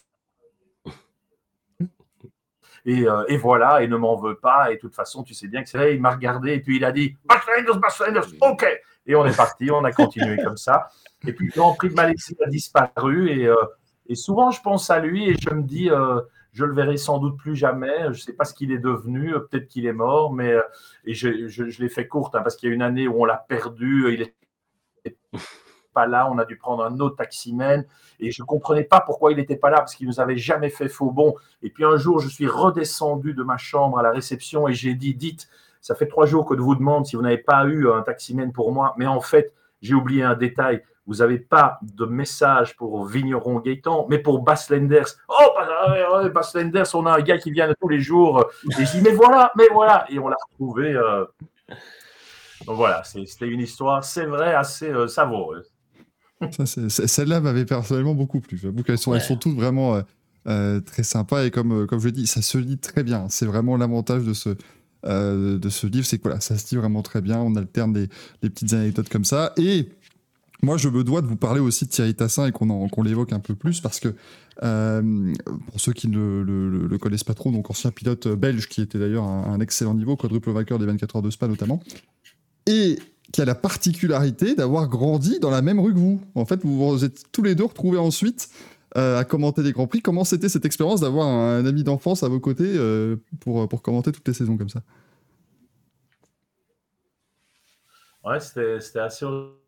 Et, euh, et voilà, et ne m'en veux pas. Et de toute façon, tu sais bien que c'est vrai. Il m'a regardé et puis il a dit Bas Lenders, Bas Lenders, OK. Et on est parti, on a continué comme ça. Et puis, le Grand Prix de Malaisie a disparu. Et, euh, et souvent, je pense à lui et je me dis, euh, je le verrai sans doute plus jamais. Je ne sais pas ce qu'il est devenu. Peut-être qu'il est mort, mais et je, je, je l'ai fait courte hein, parce qu'il y a une année où on l'a perdu. Il est pas là, on a dû prendre un autre taximène et je ne comprenais pas pourquoi il n'était pas là parce qu'il ne nous avait jamais fait faux bon. Et puis un jour, je suis redescendu de ma chambre à la réception et j'ai dit, dites, ça fait trois jours que je vous demande si vous n'avez pas eu un taximène pour moi, mais en fait, j'ai oublié un détail. Vous n'avez pas de message pour Vigneron Gaëtan, mais pour Bas Lenders. Oh, bah, Bas Lenders, on a un gars qui vient tous les jours. Et je dis, mais voilà, mais voilà. Et on l'a retrouvé. Euh... Donc voilà, c'était une histoire, c'est vrai, assez euh, savoureuse. Celle-là m'avait personnellement beaucoup plu. J'avoue qu'elles sont, ouais. elles sont toutes vraiment euh, euh, très sympas et comme, euh, comme je le dis, ça se lit très bien. C'est vraiment l'avantage de ce, euh, de ce livre, c'est que voilà, ça se lit vraiment très bien. On alterne les, les petites anecdotes comme ça. Et moi, je me dois de vous parler aussi de Thierry Tassin et qu'on qu'on l'évoque un peu plus parce que euh, pour ceux qui ne le, le, le connaissent pas trop, donc ancien pilote belge qui était d'ailleurs un, un excellent niveau, quadruple vainqueur des vingt-quatre heures de Spa notamment. Et qui a la particularité d'avoir grandi dans la même rue que vous. En fait, vous vous êtes tous les deux retrouvés ensuite euh, à commenter des Grands Prix. Comment c'était cette expérience d'avoir un, un ami d'enfance à vos côtés euh, pour, pour commenter toutes les saisons comme ça? Ouais, c'était assez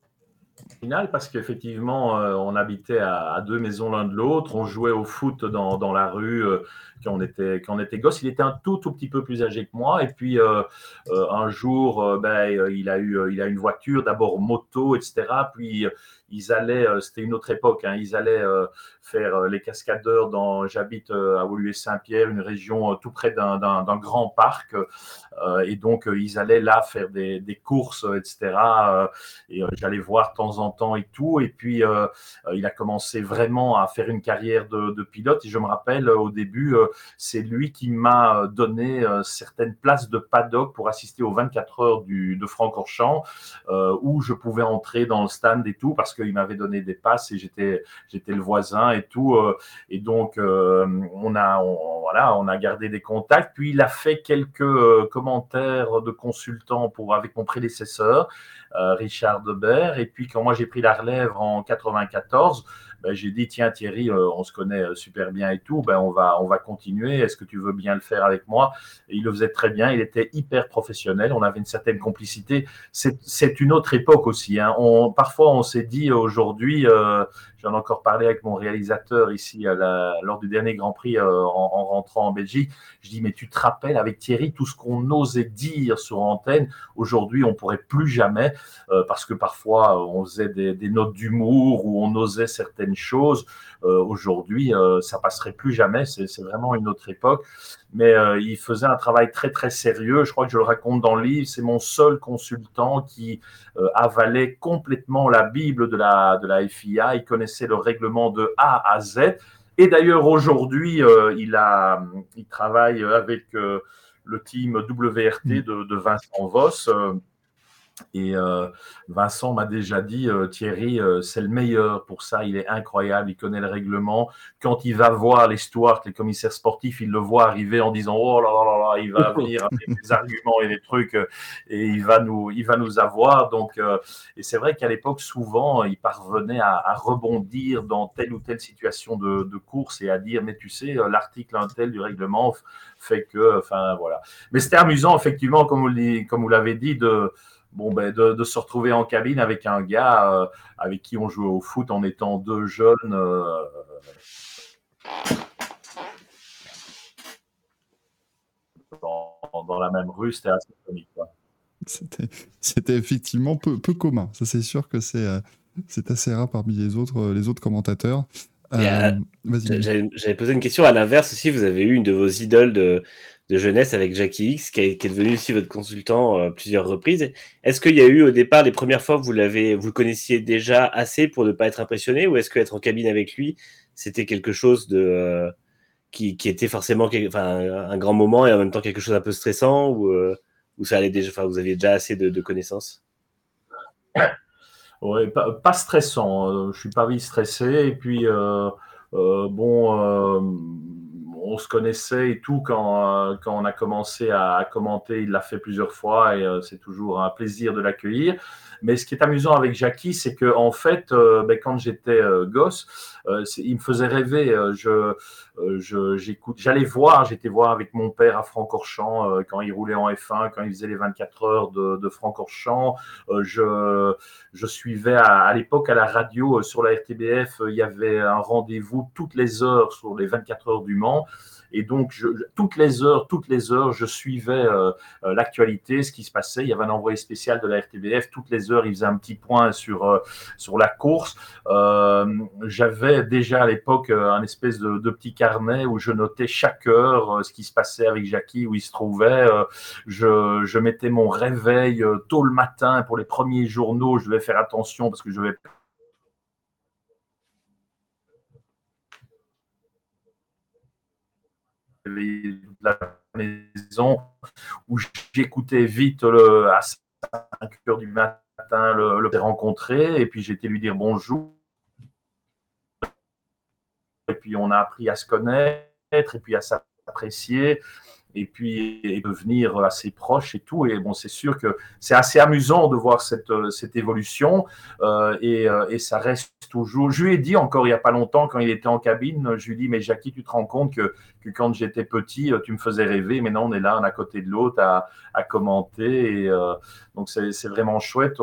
original parce qu'effectivement, euh, on habitait à, à deux maisons l'un de l'autre. On jouait au foot dans, dans la rue euh, quand, on était, quand on était gosse. Il était un tout, tout petit peu plus âgé que moi. Et puis, euh, euh, un jour, euh, ben, il, a eu, il a une voiture, d'abord moto, et cetera. Puis, ils allaient, c'était une autre époque, hein, ils allaient euh, faire les cascadeurs dans, j'habite euh, à Woluwe-Saint-Pierre, une région euh, tout près d'un grand parc, euh, et donc euh, ils allaient là faire des, des courses, et cetera. Euh, et euh, j'allais voir de temps en temps et tout, et puis euh, il a commencé vraiment à faire une carrière de, de pilote, et je me rappelle au début, euh, c'est lui qui m'a donné euh, certaines places de paddock pour assister aux vingt-quatre heures du, de Francorchamps, euh, où je pouvais entrer dans le stand et tout, parce qu'il m'avait donné des passes et j'étais j'étais le voisin et tout. Euh, et donc, euh, on, a, on, voilà, on a gardé des contacts. Puis, il a fait quelques euh, commentaires de consultants pour, avec mon prédécesseur, euh, Richard Debert. Et puis, quand moi, j'ai pris la relève en quatre-vingt-quatorze, ben, j'ai dit, tiens Thierry, euh, on se connaît super bien et tout, ben, on, va, on va continuer. Est-ce que tu veux bien le faire avec moi? Et il le faisait très bien. Il était hyper professionnel. On avait une certaine complicité. C'est une autre époque aussi. Hein. On, parfois, on s'est dit aujourd'hui, euh, j'en ai encore parlé avec mon réalisateur ici à la, lors du dernier Grand Prix euh, en, en rentrant en Belgique. Je dis, mais tu te rappelles avec Thierry tout ce qu'on osait dire sur antenne? Aujourd'hui, on ne pourrait plus jamais, euh, parce que parfois, on faisait des, des notes d'humour ou on osait certaines choses. Euh, Aujourd'hui, euh, ça passerait plus jamais. C'est vraiment une autre époque. Mais euh, il faisait un travail très, très sérieux. Je crois que je le raconte dans le livre. C'est mon seul consultant qui euh, avalait complètement la Bible de la, de la F I A. Il connaissait le règlement de A à Z. Et d'ailleurs, aujourd'hui, euh, il, il travaille avec euh, le team W R T de, de Vincent Voss. Euh, Et euh, Vincent m'a déjà dit, euh, Thierry, euh, c'est le meilleur pour ça, il est incroyable, il connaît le règlement. Quand il va voir les stewards, les commissaires sportifs, il le voit arriver en disant, oh là là là là, il va venir avec des arguments et des trucs, euh, et il va nous, il va nous avoir. Donc, euh, et c'est vrai qu'à l'époque, souvent, il parvenait à, à rebondir dans telle ou telle situation de, de course et à dire, mais tu sais, l'article un tel du règlement fait que, enfin voilà. Mais c'était amusant, effectivement, comme vous, comme vous l'avez dit, de Bon, ben, de, de se retrouver en cabine avec un gars euh, avec qui on jouait au foot en étant deux jeunes. Euh, dans, dans la même rue, c'était assez comique. C'était effectivement peu, peu commun. Ça, c'est sûr que c'est euh, assez rare parmi les autres, les autres commentateurs. Euh, J'avais posé une question à l'inverse aussi. Vous avez eu une de vos idoles de, de jeunesse avec Jackie X, qui est, qui est devenu aussi votre consultant euh, plusieurs reprises. Est-ce qu'il y a eu au départ, les premières fois, vous l'avez, vous le connaissiez déjà assez pour ne pas être impressionné, ou est-ce qu'être en cabine avec lui, c'était quelque chose de euh, qui, qui était forcément enfin, un grand moment et en même temps quelque chose un peu stressant, ou, euh, ou ça allait déjà, enfin, vous aviez déjà assez de, de connaissances? Ouais, pas, pas stressant. Je suis pas vite stressé. Et puis, euh, euh, bon, euh, on se connaissait et tout quand, euh, quand on a commencé à, à commenter. Il l'a fait plusieurs fois et euh, c'est toujours un plaisir de l'accueillir. Mais ce qui est amusant avec Jackie, c'est que en fait, euh, ben, quand j'étais euh, gosse, euh, il me faisait rêver. Euh, je, euh, je, j'écoute, j'allais voir, j'étais voir avec mon père à Francorchamps euh, quand il roulait en F un, quand il faisait les vingt-quatre heures de, de Francorchamps. Euh, je, je suivais à, à l'époque à la radio euh, sur la R T B F, euh, il y avait un rendez-vous toutes les heures sur les vingt-quatre heures du Mans. Et donc, je, toutes les heures, toutes les heures, je suivais euh, euh, l'actualité, ce qui se passait. Il y avait un envoyé spécial de la R T B F. Toutes les heures, il faisait un petit point sur, euh, sur la course. Euh, j'avais déjà à l'époque un espèce de, de petit carnet où je notais chaque heure euh, ce qui se passait avec Jackie, où il se trouvait. Euh, je, je mettais mon réveil euh, tôt le matin pour les premiers journaux. Je devais faire attention parce que je vais de la maison où j'écoutais vite le, à cinq heures du matin le, le rencontrer et puis j'étais lui dire bonjour et puis on a appris à se connaître et puis à s'apprécier et puis et devenir assez proche et tout. Et bon, c'est sûr que c'est assez amusant de voir cette, cette évolution euh, et, et ça reste toujours. Je lui ai dit encore il n'y a pas longtemps, quand il était en cabine, je lui ai dit, mais Jackie, tu te rends compte que, que quand j'étais petit, tu me faisais rêver. Maintenant, on est là, on est à côté de l'autre à, à commenter. Et, euh, donc, c'est, c'est vraiment chouette.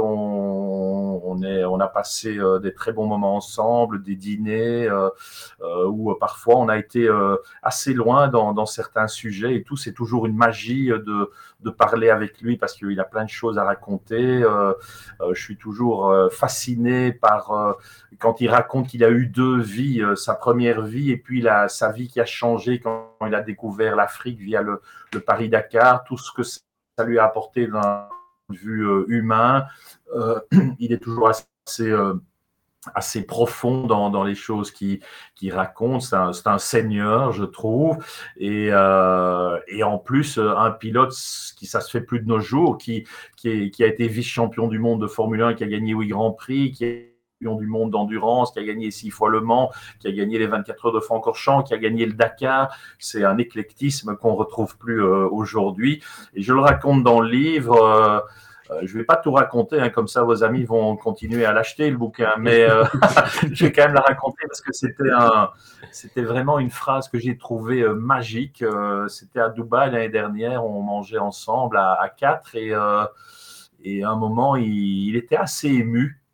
On, on, est, on a passé euh, des très bons moments ensemble, des dîners euh, euh, où parfois on a été euh, assez loin dans, dans certains sujets et tout. C'est toujours une magie de, de parler avec lui parce qu'il a plein de choses à raconter. Euh, euh, je suis toujours euh, fasciné par euh, quand il raconte qu'il a eu deux vies, euh, sa première vie et puis la, sa vie qui a changé quand il a découvert l'Afrique via le, le Paris-Dakar, tout ce que ça lui a apporté d'un point de vue euh, humain. Euh, il est toujours assez... Euh, assez profond dans, dans les choses qu'il qui raconte. C'est un, c'est un seigneur, je trouve. Et, euh, et en plus, un pilote qui ça se fait plus de nos jours, qui, qui, est, qui a été vice-champion du monde de Formule un, qui a gagné huit Grands Prix, qui est champion du monde d'endurance, qui a gagné six fois le Mans, qui a gagné les vingt-quatre heures de Francorchamps, qui a gagné le Dakar. C'est un éclectisme qu'on retrouve plus euh, aujourd'hui. Et je le raconte dans le livre. Euh, Euh, je ne vais pas tout raconter, hein, comme ça vos amis vont continuer à l'acheter le bouquin, mais euh, je vais quand même la raconter parce que c'était, un, c'était vraiment une phrase que j'ai trouvée euh, magique. Euh, c'était à Dubaï l'année dernière, on mangeait ensemble à, à quatre et, euh, et à un moment, il, il était assez ému.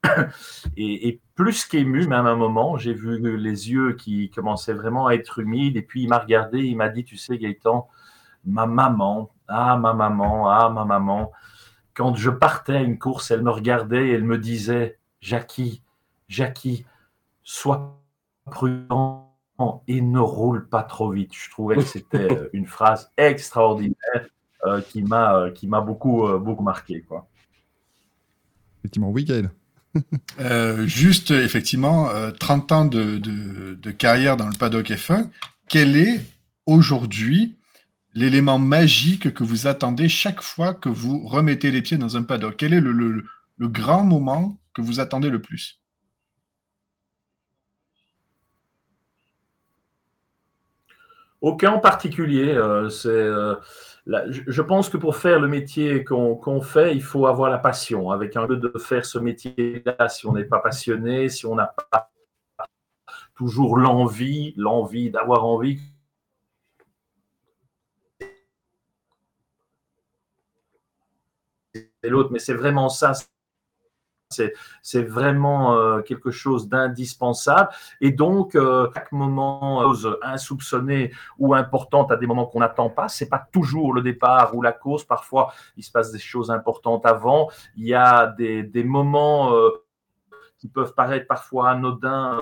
Et, et plus qu'ému, même à un moment, j'ai vu les yeux qui commençaient vraiment à être humides et puis il m'a regardé, il m'a dit, tu sais Gaëtan, ma maman, ah ma maman, ah ma maman, quand je partais à une course, elle me regardait et elle me disait « Jackie, Jackie, sois prudent et ne roule pas trop vite ». Je trouvais que c'était une phrase extraordinaire euh, qui m'a euh, qui m'a beaucoup, euh, beaucoup marqué, quoi. Effectivement, oui, Gaël. euh, juste, effectivement, euh, trente ans de, de, de carrière dans le paddock F un. Quel est aujourd'hui l'élément magique que vous attendez chaque fois que vous remettez les pieds dans un paddock? Quel est le, le, le grand moment que vous attendez le plus? Aucun en particulier. Euh, c'est, euh, là, je, je pense que pour faire le métier qu'on, qu'on fait, il faut avoir la passion. Avec un peu de faire ce métier-là, si on n'est pas passionné, si on n'a pas toujours l'envie, l'envie d'avoir envie, et l'autre, mais c'est vraiment ça, c'est, c'est vraiment euh, quelque chose d'indispensable. Et donc, euh, chaque moment euh, insoupçonné ou importante à des moments qu'on n'attend pas, c'est pas toujours le départ ou la course. Parfois, il se passe des choses importantes avant. Il y a des, des moments euh, qui peuvent paraître parfois anodins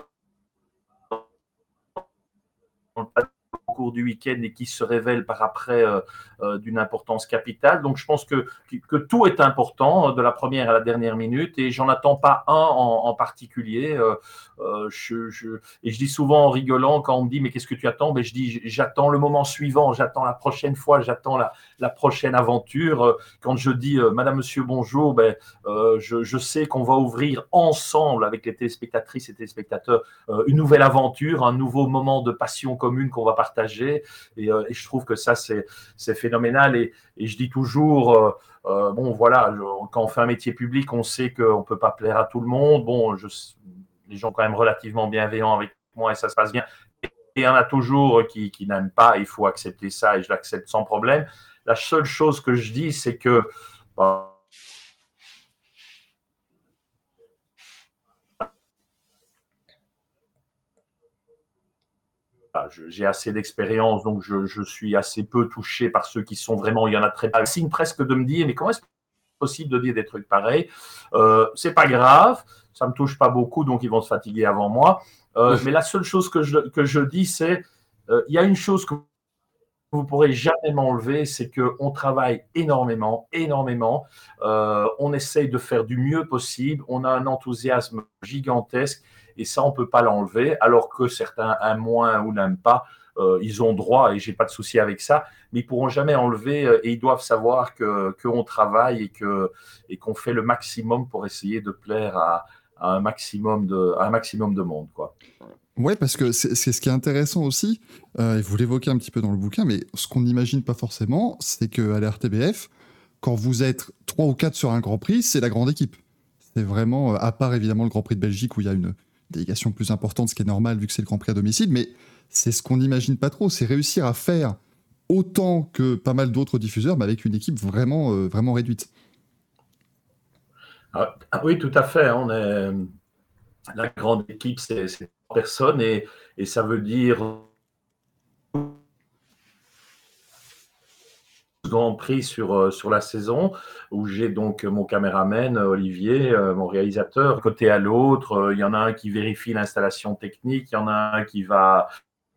au cours du week-end et qui se révèlent par après euh, euh, d'une importance capitale. Donc, je pense que, que tout est important de la première à la dernière minute et j'en attends pas un en, en particulier. Euh, euh, je, je, et je dis souvent en rigolant quand on me dit mais qu'est-ce que tu attends? Ben, je dis j'attends le moment suivant, j'attends la prochaine fois, j'attends la, la prochaine aventure. Quand je dis euh, Madame, Monsieur, bonjour, ben, euh, je, je sais qu'on va ouvrir ensemble avec les téléspectatrices et téléspectateurs euh, une nouvelle aventure, un nouveau moment de passion commune qu'on va partager partagé. Et, euh, et je trouve que ça, c'est, c'est phénoménal. Et, et je dis toujours, euh, euh, bon, voilà, je, quand on fait un métier public, on sait qu'on ne peut pas plaire à tout le monde. Bon, je, les gens sont quand même relativement bienveillants avec moi et ça se passe bien. Et il y en a toujours qui, qui n'aiment pas. Il faut accepter ça et je l'accepte sans problème. La seule chose que je dis, c'est que bah, j'ai assez d'expérience, donc je, je, suis assez peu touché par ceux qui sont vraiment, il y en a très peu. Signe presque de me dire, mais comment est-ce possible de dire des trucs pareils? euh, C'est pas grave, ça me touche pas beaucoup, donc ils vont se fatiguer avant moi. Euh, mais la seule chose que je, que je dis, c'est, euh, il y a une chose que vous ne pourrez jamais m'enlever, c'est qu'on travaille énormément, énormément. Euh, on essaye de faire du mieux possible. On a un enthousiasme gigantesque et ça, on ne peut pas l'enlever. Alors que certains aiment moins ou n'aiment pas, euh, ils ont droit et je n'ai pas de souci avec ça. Mais ils ne pourront jamais enlever euh, et ils doivent savoir que, qu'on travaille et, que, et qu'on fait le maximum pour essayer de plaire à, à, un, maximum de, à un maximum de monde, quoi. Ouais, parce que c'est, c'est ce qui est intéressant aussi, euh, et vous l'évoquez un petit peu dans le bouquin, mais ce qu'on n'imagine pas forcément, c'est qu'à la R T B F, quand vous êtes trois ou quatre sur un Grand Prix, c'est la grande équipe. C'est vraiment, à part évidemment le Grand Prix de Belgique où il y a une délégation plus importante, ce qui est normal vu que c'est le Grand Prix à domicile, mais c'est ce qu'on n'imagine pas trop, c'est réussir à faire autant que pas mal d'autres diffuseurs, mais avec une équipe vraiment, euh, vraiment réduite. Ah, oui, tout à fait. On est... La grande équipe, c'est, c'est personne et, et ça veut dire Grand Prix sur, sur la saison où j'ai donc mon caméraman Olivier, mon réalisateur, côté à l'autre. Il y en a un qui vérifie l'installation technique, il y en a un qui va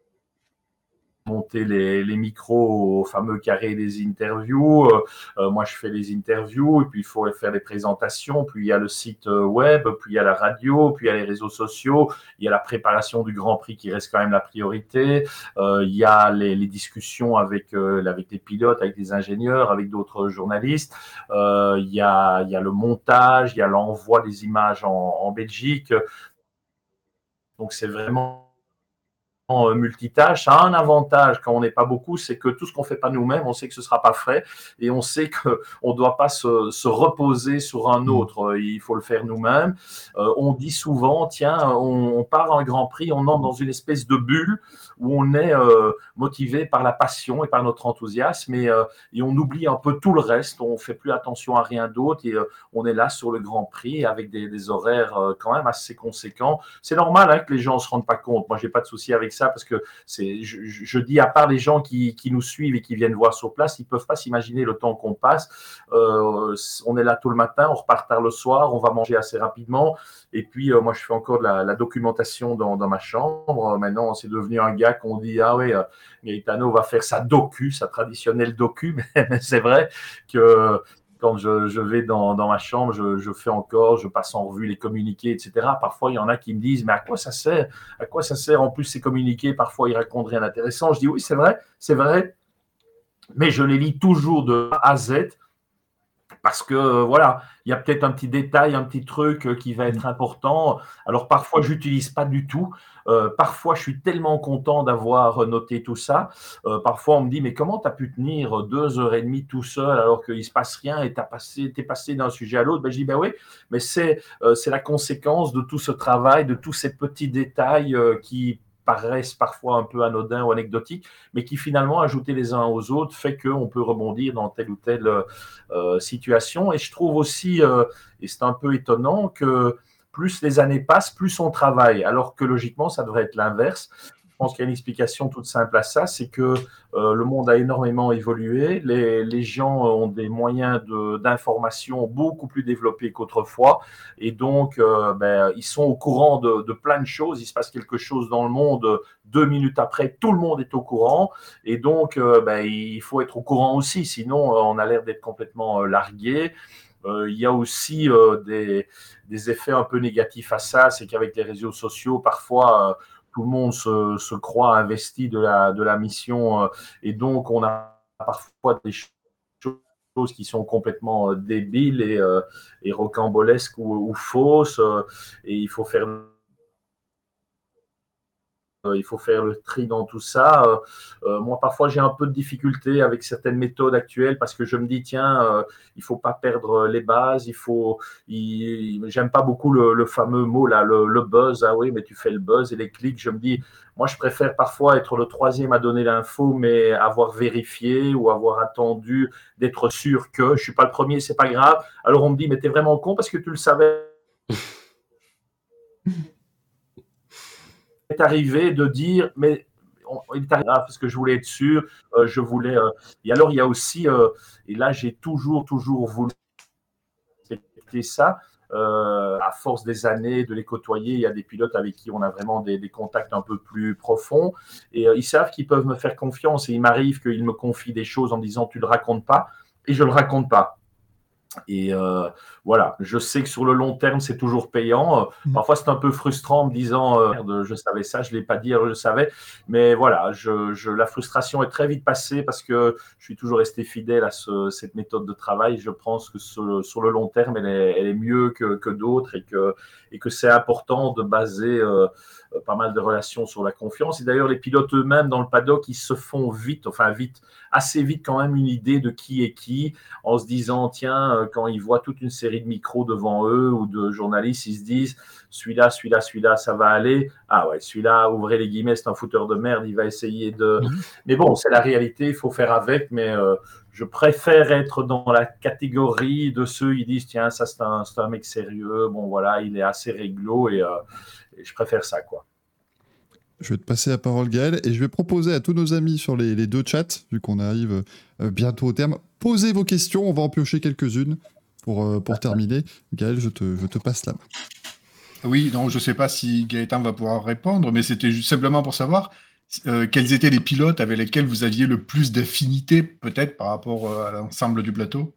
monter les, les micros au fameux carré des interviews. Euh, moi, je fais les interviews et puis il faut faire des présentations. Puis il y a le site web, puis il y a la radio, puis il y a les réseaux sociaux. Il y a la préparation du Grand Prix qui reste quand même la priorité. Euh, il y a les, les discussions avec, euh, avec les pilotes, avec les ingénieurs, avec d'autres journalistes. Euh, il y a, il y a le montage, il y a l'envoi des images en, en Belgique. Donc, c'est vraiment multitâche. Ça a un avantage quand on n'est pas beaucoup, c'est que tout ce qu'on ne fait pas nous-mêmes, on sait que ce ne sera pas frais et on sait qu'on ne doit pas se, se reposer sur un autre. Il faut le faire nous-mêmes. Euh, on dit souvent, tiens, on, on part à un Grand Prix, on entre dans une espèce de bulle où on est euh, motivé par la passion et par notre enthousiasme et, euh, et on oublie un peu tout le reste. On ne fait plus attention à rien d'autre et euh, on est là sur le Grand Prix avec des, des horaires euh, quand même assez conséquents. C'est normal hein, que les gens ne se rendent pas compte. Moi, je n'ai pas de souci avec ça. Ça parce que c'est, je, je dis à part les gens qui, qui nous suivent et qui viennent voir sur place, ils ne peuvent pas s'imaginer le temps qu'on passe. Euh, on est là tout le matin, on repart tard le soir, on va manger assez rapidement. Et puis, euh, moi, je fais encore de la, la documentation dans, dans ma chambre. Maintenant, c'est devenu un gars qu'on dit, ah oui, euh, Gaetano va faire sa docu, sa traditionnelle docu. Mais, mais c'est vrai que quand je, je vais dans, dans ma chambre, je, je fais encore, je passe en revue les communiqués, et cetera. Parfois, il y en a qui me disent, mais à quoi ça sert? À quoi ça sert? En plus, ces communiqués, parfois, ils racontent rien d'intéressant. Je dis, oui, c'est vrai, c'est vrai, mais je les lis toujours de A à Z parce que, euh, voilà, il y a peut-être un petit détail, un petit truc euh, qui va être important. Alors, parfois, je n'utilise pas du tout. Euh, parfois, je suis tellement content d'avoir noté tout ça. Euh, parfois, on me dit, mais comment tu as pu tenir deux heures et demie tout seul alors qu'il ne se passe rien et tu es passé d'un sujet à l'autre? Ben, je dis, ben oui, mais c'est euh, c'est la conséquence de tout ce travail, de tous ces petits détails euh, qui paraissent parfois un peu anodins ou anecdotiques, mais qui finalement, ajoutés les uns aux autres, fait qu'on peut rebondir dans telle ou telle euh, situation. Et je trouve aussi, euh, et c'est un peu étonnant, que plus les années passent, plus on travaille, alors que logiquement, ça devrait être l'inverse. Je pense qu'il y a une explication toute simple à ça, c'est que euh, le monde a énormément évolué, les, les gens ont des moyens de, d'information beaucoup plus développés qu'autrefois, et donc euh, ben, ils sont au courant de, de plein de choses, il se passe quelque chose dans le monde, deux minutes après, tout le monde est au courant, et donc euh, ben, il faut être au courant aussi, sinon euh, on a l'air d'être complètement euh, largué. Euh, il y a aussi euh, des, des effets un peu négatifs à ça, c'est qu'avec les réseaux sociaux, parfois, euh, tout le monde se, se croit investi de la, de la mission euh, et donc on a parfois des choses qui sont complètement euh, débiles et, euh, et rocambolesques ou, ou fausses euh, et il faut faire Euh, il faut faire le tri dans tout ça. Euh, euh, moi, parfois, j'ai un peu de difficulté avec certaines méthodes actuelles parce que je me dis, tiens, euh, il faut pas perdre les bases. Il faut, il, j'aime pas beaucoup le, le fameux mot là, le, le buzz. Ah oui, mais tu fais le buzz et les clics. Je me dis, moi, je préfère parfois être le troisième à donner l'info, mais avoir vérifié ou avoir attendu d'être sûr que je suis pas le premier, c'est pas grave. Alors on me dit, mais t'es vraiment con parce que tu le savais. Est arrivé de dire, mais on, il est arrivé parce que je voulais être sûr, euh, je voulais. Euh, et alors il y a aussi, euh, et là j'ai toujours, toujours voulu respecter ça. Euh, à force des années de les côtoyer, il y a des pilotes avec qui on a vraiment des, des contacts un peu plus profonds et euh, ils savent qu'ils peuvent me faire confiance et il m'arrive qu'ils me confient des choses en disant tu ne le racontes pas et je ne le raconte pas. Et euh, voilà, je sais que sur le long terme, c'est toujours payant. Euh, Mm. Parfois, c'est un peu frustrant en me disant euh, merde, je savais ça, je ne l'ai pas dit, alors je le savais. Mais voilà, je, je, la frustration est très vite passée parce que je suis toujours resté fidèle à ce, cette méthode de travail. Je pense que sur, sur le long terme, elle est, elle est mieux que, que d'autres et que, et que c'est important de baser euh, pas mal de relations sur la confiance. Et d'ailleurs, les pilotes eux-mêmes dans le paddock, ils se font vite, enfin vite, assez vite quand même une idée de qui est qui en se disant, tiens, quand ils voient toute une série de micros devant eux ou de journalistes, ils se disent, celui-là, celui-là, celui-là, ça va aller. Ah ouais, celui-là, ouvrez les guillemets, c'est un fouteur de merde, il va essayer de… Mhm. Mais bon, c'est la réalité, il faut faire avec, mais euh, je préfère être dans la catégorie de ceux qui disent, tiens, ça c'est un, c'est un mec sérieux, bon voilà, il est assez réglo et, euh, et je préfère ça, quoi. Je vais te passer la parole, Gaël, et je vais proposer à tous nos amis sur les, les deux chats, vu qu'on arrive euh, bientôt au terme, posez vos questions, on va en piocher quelques-unes pour, euh, pour terminer. Gaël, je te, je te passe la main. Oui, donc je ne sais pas si Gaëtan va pouvoir répondre, mais c'était juste simplement pour savoir euh, quels étaient les pilotes avec lesquels vous aviez le plus d'affinité, peut-être, par rapport euh, à l'ensemble du plateau.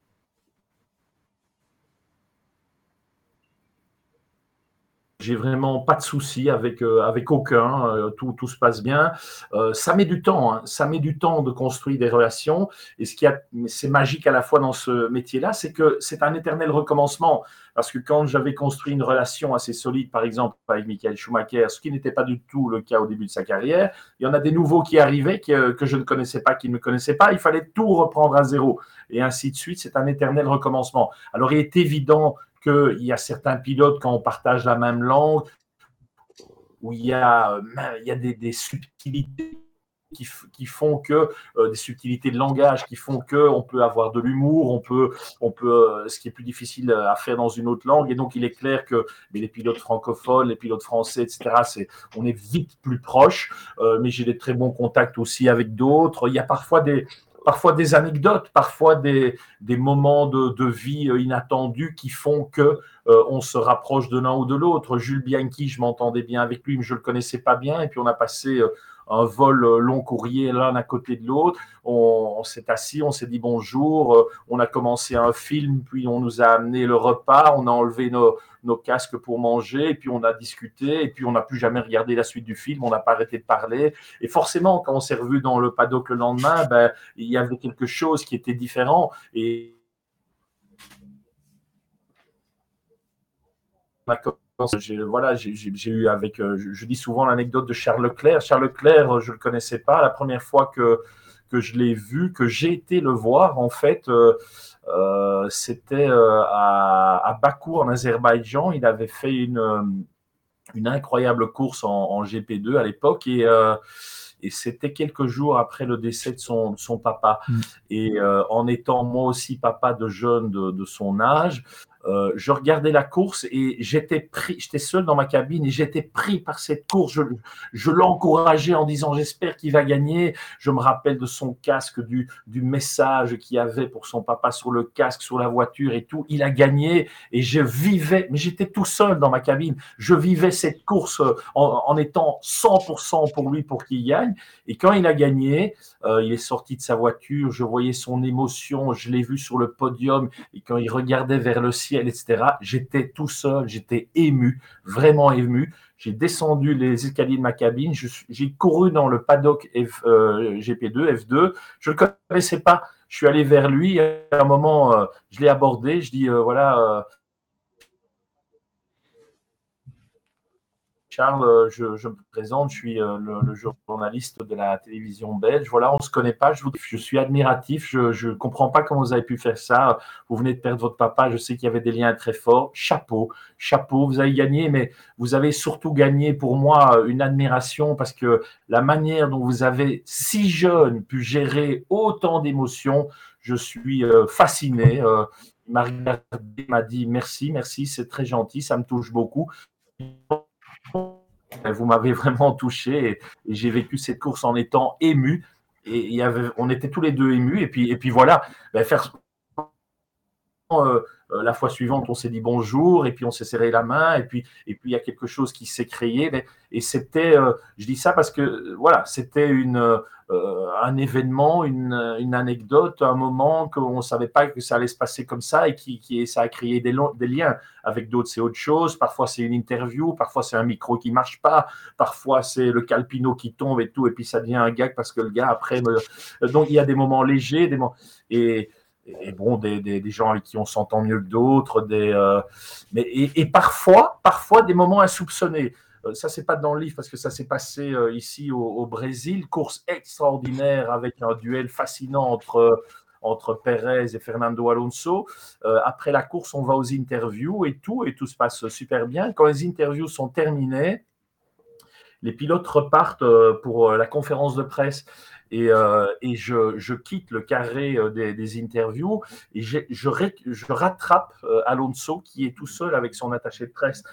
J'ai vraiment pas de souci avec, euh, avec aucun, euh, tout, tout se passe bien. Euh, ça met du temps, hein. Ça met du temps de construire des relations. Et ce qui a, c'est magique à la fois dans ce métier-là, c'est que c'est un éternel recommencement. Parce que quand j'avais construit une relation assez solide, par exemple, avec Michael Schumacher, ce qui n'était pas du tout le cas au début de sa carrière, il y en a des nouveaux qui arrivaient, que, que je ne connaissais pas, qui ne me connaissaient pas. Il fallait tout reprendre à zéro. Et ainsi de suite, c'est un éternel recommencement. Alors, il est évident qu'il y a certains pilotes, quand on partage la même langue, où il y a, il y a des, des subtilités qui, qui font que, euh, des subtilités de langage qui font qu'on peut avoir de l'humour, on peut, on peut, euh, ce qui est plus difficile à faire dans une autre langue. Et donc, il est clair que mais les pilotes francophones, les pilotes français, et cetera, c'est, on est vite plus proches. Euh, mais j'ai des très bons contacts aussi avec d'autres. Il y a parfois des… Parfois des anecdotes, parfois des, des moments de, de vie inattendus qui font que euh, on se rapproche de l'un ou de l'autre. Jules Bianchi, je m'entendais bien avec lui, mais je le connaissais pas bien. Et puis on a passé euh, un vol long courrier l'un à côté de l'autre. On, on s'est assis, on s'est dit bonjour. Euh, on a commencé un film, puis on nous a amené le repas. On a enlevé nos, nos casques pour manger, et puis on a discuté, et puis on n'a plus jamais regardé la suite du film. On n'a pas arrêté de parler. Et forcément, quand on s'est revu dans le paddock le lendemain, ben, il y avait quelque chose qui était différent. Et J'ai, voilà, j'ai, j'ai eu avec, euh, je, je dis souvent l'anecdote de Charles Leclerc. Charles Leclerc, je ne le connaissais pas. La première fois que, que je l'ai vu, que j'ai été le voir, en fait, euh, euh, c'était euh, à, à Bakou, en Azerbaïdjan. Il avait fait une, une incroyable course en, en G P deux à l'époque et, euh, et c'était quelques jours après le décès de son, de son papa. Mmh. Et euh, en étant moi aussi papa de jeune de, de son âge, Euh, je regardais la course et j'étais pris, j'étais seul dans ma cabine et j'étais pris par cette course. Je, je l'encourageais en disant j'espère qu'il va gagner. Je me rappelle de son casque, du, du message qu'il y avait pour son papa sur le casque, sur la voiture et tout. Il a gagné et je vivais, mais j'étais tout seul dans ma cabine. Je vivais cette course en, en étant cent pour cent pour lui pour qu'il gagne. Et quand il a gagné, euh, il est sorti de sa voiture. Je voyais son émotion. Je l'ai vu sur le podium et quand il regardait vers le ciel, et cetera. J'étais tout seul, j'étais ému, vraiment ému. J'ai descendu les escaliers de ma cabine, je, j'ai couru dans le paddock F, euh, G P deux, F deux. Je ne le connaissais pas. Je suis allé vers lui. À un moment, euh, je l'ai abordé. Je dis, euh, voilà, euh, Charles, je, je me présente, je suis le, le journaliste de la télévision belge. Voilà, on ne se connaît pas, je, vous, je suis admiratif, je ne comprends pas comment vous avez pu faire ça. Vous venez de perdre votre papa, je sais qu'il y avait des liens très forts. Chapeau, chapeau, vous avez gagné, mais vous avez surtout gagné pour moi une admiration parce que la manière dont vous avez, si jeune, pu gérer autant d'émotions, je suis fasciné. Il m'a regardé, il m'a dit merci, merci, c'est très gentil, ça me touche beaucoup. Vous m'avez vraiment touché et, et j'ai vécu cette course en étant ému. Et il y avait, on était tous les deux émus. Et puis, et puis voilà, ben faire, euh, la fois suivante, on s'est dit bonjour et puis on s'est serré la main. Et puis, et puis il y a quelque chose qui s'est créé. Mais, et c'était, euh, je dis ça parce que voilà, c'était une, euh, un événement, une, une anecdote, un moment qu'on ne savait pas que ça allait se passer comme ça et qui, qui ça a créé des, des liens. Avec d'autres, c'est autre chose. Parfois, c'est une interview. Parfois, c'est un micro qui ne marche pas. Parfois, c'est le calpino qui tombe et tout. Et puis, ça devient un gag parce que le gars, après... Me... Donc, il y a des moments légers. Des moments... Et, et bon, des, des, des gens avec qui on s'entend mieux que d'autres. Des, euh... Mais, et, et parfois, parfois, des moments insoupçonnés. Ça, c'est pas dans le livre parce que ça s'est passé euh, ici au, au Brésil. Course extraordinaire avec un duel fascinant entre... entre Pérez et Fernando Alonso. Euh, après la course, on va aux interviews et tout, et tout se passe super bien. Quand les interviews sont terminées, les pilotes repartent pour la conférence de presse et, euh, et je, je quitte le carré des, des interviews et je, je, je rattrape Alonso qui est tout seul avec son attaché de presse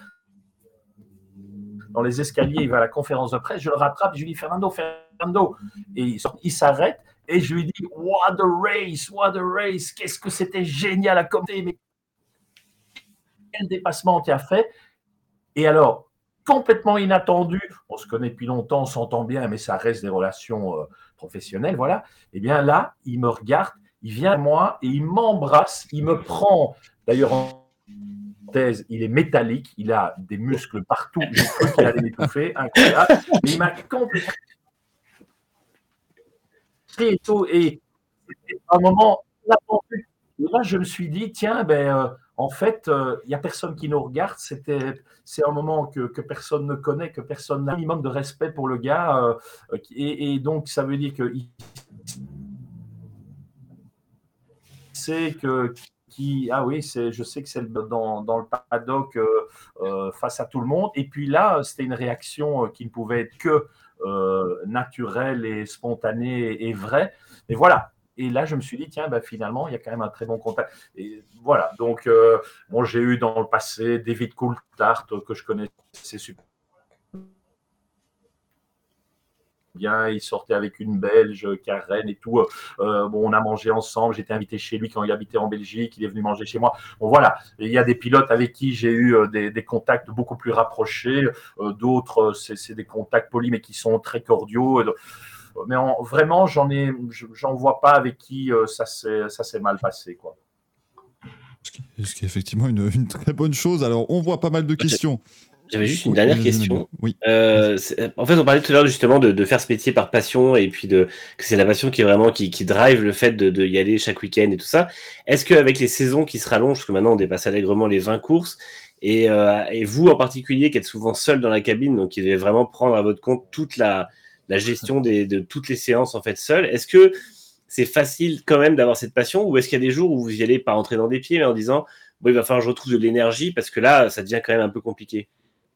dans les escaliers, il va à la conférence de presse, je le rattrape, je lui dis Fernando, Fernando, et il, il s'arrête. Et je lui dis, what a race, what a race, qu'est-ce que c'était génial à commenter, mais quel dépassement tu as fait. Et alors, complètement inattendu, on se connaît depuis longtemps, on s'entend bien, mais ça reste des relations euh, professionnelles, voilà. Et bien là, il me regarde, il vient à moi et il m'embrasse, il me prend, d'ailleurs en thèse, il est métallique, il a des muscles partout, j'ai cru qu'il allait m'étouffer, incroyable, mais il m'a complètement et tout, et à un moment, là, je me suis dit, tiens, ben, euh, en fait, il euh, n'y a personne qui nous regarde, c'était, c'est un moment que, que personne ne connaît, que personne n'a un minimum de respect pour le gars, euh, et, et donc ça veut dire que c'est que qui, ah oui, c'est, je sais que c'est dans, dans le paddock euh, euh, face à tout le monde, et puis là, c'était une réaction qui ne pouvait être que Euh, naturel et spontané et vrai. Et voilà. Et là, je me suis dit, tiens, ben, finalement, il y a quand même un très bon contact. Et voilà. Donc, euh, bon, j'ai eu dans le passé David Coulthard que je connaissais super bien. Il sortait avec une Belge, Karen et tout. Euh, bon, on a mangé ensemble. J'étais invité chez lui quand il habitait en Belgique. Il est venu manger chez moi. Bon, voilà. Et il y a des pilotes avec qui j'ai eu des, des contacts beaucoup plus rapprochés. Euh, d'autres, c'est, c'est des contacts polis, mais qui sont très cordiaux. Mais en, vraiment, j'en ai, j'en vois pas avec qui euh, ça s'est, ça s'est mal passé, quoi. Ce qui, ce qui est effectivement une, une très bonne chose. Alors, on voit pas mal de questions. J'avais juste une dernière question. Oui. Euh, en fait, on parlait tout à l'heure justement de, de faire ce métier par passion et puis de que c'est la passion qui est vraiment qui, qui drive le fait de, de y aller chaque week-end et tout ça. Est-ce qu'avec les saisons qui se rallongent, parce que maintenant on dépasse allègrement les vingt courses, et, euh, et vous en particulier qui êtes souvent seul dans la cabine, donc qui devez vraiment prendre à votre compte toute la, la gestion des, de toutes les séances en fait seul, est-ce que c'est facile quand même d'avoir cette passion ou est-ce qu'il y a des jours où vous y allez pas rentrer dans des pieds mais en disant bon, il va falloir que je retrouve de l'énergie parce que là ça devient quand même un peu compliqué?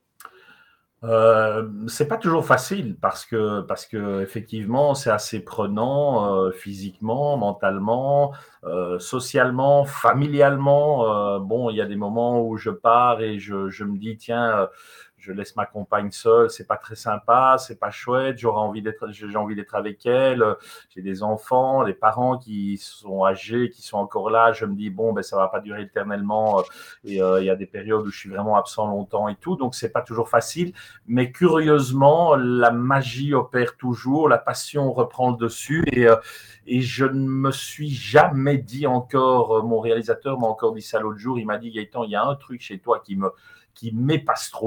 Euh, c'est pas toujours facile parce que parce que effectivement c'est assez prenant euh, physiquement, mentalement, euh, socialement, familialement. Euh, bon, il y a des moments où je pars et je, je me dis tiens, euh, je laisse ma compagne seule, c'est pas très sympa, c'est pas chouette. J'aurais envie d'être, j'ai envie d'être avec elle. J'ai des enfants, des parents qui sont âgés, qui sont encore là. Je me dis bon ben ça va pas durer éternellement. Et euh, il y a des périodes où je suis vraiment absent longtemps et tout, donc c'est pas toujours facile. Mais curieusement, la magie opère toujours, la passion reprend le dessus et, euh, et je ne me suis jamais dit encore, mon réalisateur m'a encore dit ça l'autre jour, il m'a dit Gaëtan, il y a un truc chez toi qui me qui m'épastrouille, c'était